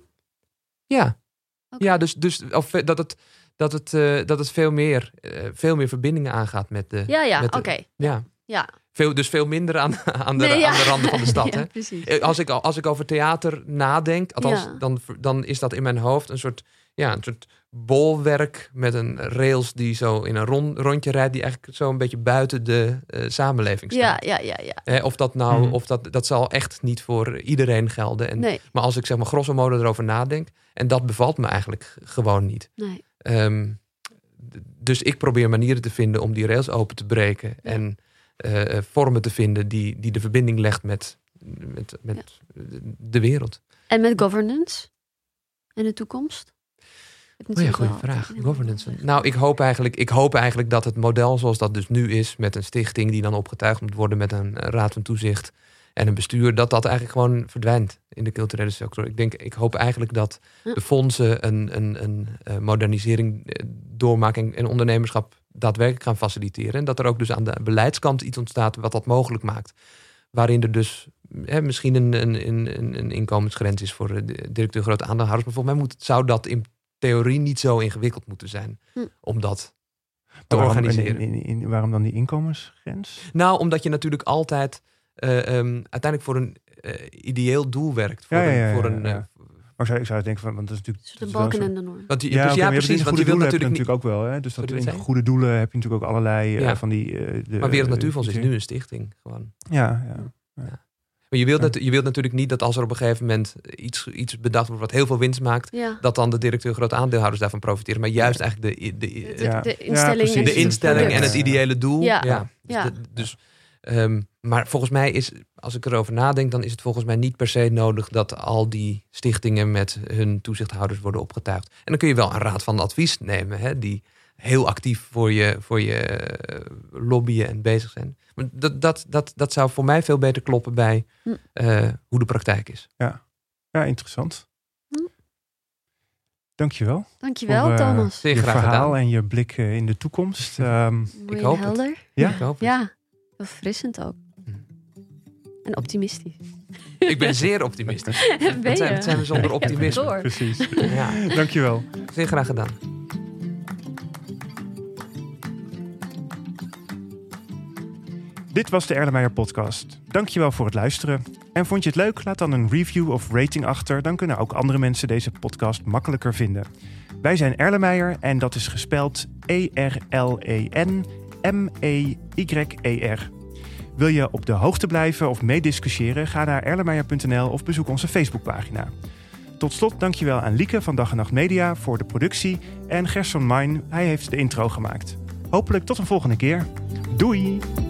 Ja, okay. ja dus, dus of, dat het... Dat het, uh, dat het veel meer, uh, veel meer verbindingen aangaat met de... Ja, ja, oké. Okay. Ja. ja. Veel, dus veel minder aan, aan, de, nee, ja. aan de randen van de stad. ja, hè? Precies. Als ik, als ik over theater nadenk, althans, ja. dan, dan is dat in mijn hoofd een soort, ja, een soort bolwerk met een rails die zo in een rond, rondje rijdt, die eigenlijk zo een beetje buiten de uh, samenleving staat. Ja, ja, ja, ja. Eh, of dat nou, hmm. of dat, dat zal echt niet voor iedereen gelden. En, nee. Maar als ik zeg maar grosso modo erover nadenk, en dat bevalt me eigenlijk gewoon niet. Nee. Um, dus ik probeer manieren te vinden om die rails open te breken. Ja. En uh, vormen te vinden die, die de verbinding legt met, met, met ja. de wereld. En met governance? En de toekomst? Oh ja, goede vraag. Governance. Nou, ik hoop, eigenlijk, ik hoop eigenlijk dat het model zoals dat dus nu is, met een stichting die dan opgetuigd moet worden met een raad van toezicht en een bestuur, dat dat eigenlijk gewoon verdwijnt in de culturele sector. Ik denk, ik hoop eigenlijk dat de fondsen een, een, een, een modernisering doormaken en ondernemerschap daadwerkelijk gaan faciliteren. En dat er ook dus aan de beleidskant iets ontstaat wat dat mogelijk maakt. Waarin er dus hè, misschien een, een, een, een inkomensgrens is voor de directeur grote aandeelhouders. Maar volgens mij moet, zou dat in theorie niet zo ingewikkeld moeten zijn hm. om dat te waarom, organiseren. In, in, in, waarom dan die inkomensgrens? Nou, omdat je natuurlijk altijd uh, um, uiteindelijk voor een uh, ideeel doel werkt. Voor ja, ja, ja, een, voor ja, een, ja. Uh, maar zou, ik zou denken van, want dat is natuurlijk... De balken en de norm. Want die, ja, dus, okay, ja maar precies. Want je wilt natuurlijk, natuurlijk ook wel. Hè? Dus dat in zeggen? goede doelen heb je natuurlijk ook allerlei ja. uh, van die... Uh, de, maar Wereld Natuurfonds uh, is nu een stichting. Gewoon. Ja, ja. ja. ja. Maar je wilt, ja. dat, je wilt natuurlijk niet dat als er op een gegeven moment iets, iets bedacht wordt wat heel veel winst maakt, ja. dat dan de directeur grote aandeelhouders daarvan profiteren. Maar juist eigenlijk de, de, de, ja. de instelling, ja, de instelling en het ideële doel. Ja. Ja. Ja. Dus, de, dus um, maar volgens mij is, als ik erover nadenk, dan is het volgens mij niet per se nodig dat al die stichtingen met hun toezichthouders worden opgetuigd. En dan kun je wel een raad van advies nemen, hè, die heel actief voor je, voor je lobbyen en bezig zijn. Maar dat, dat, dat, dat zou voor mij veel beter kloppen bij uh, hoe de praktijk is. Ja, ja interessant. Hm. Dankjewel. Dankjewel, voor, uh, Thomas. Je graag verhaal gedaan. en je blik uh, in de toekomst. Um, ik hoop helder. het. Ja? Ik hoop het. Ja, heel verfrissend ook. En optimistisch. Ik ben zeer optimistisch. Ben wat, zijn, wat zijn we zonder optimisme? Ja, precies. Ja. Dankjewel. Zeer graag gedaan. Dit was de Erlenmeyer podcast. Dankjewel voor het luisteren. En vond je het leuk? Laat dan een review of rating achter. Dan kunnen ook andere mensen deze podcast makkelijker vinden. Wij zijn Erlenmeyer en dat is gespeld E R L E N M E Y E R. Wil je op de hoogte blijven of meediscussiëren? Ga naar erlenmeyer punt n l of bezoek onze Facebookpagina. Tot slot dankjewel aan Lieke van Dag en Nacht Media voor de productie en Gerson Mein, hij heeft de intro gemaakt. Hopelijk tot een volgende keer. Doei!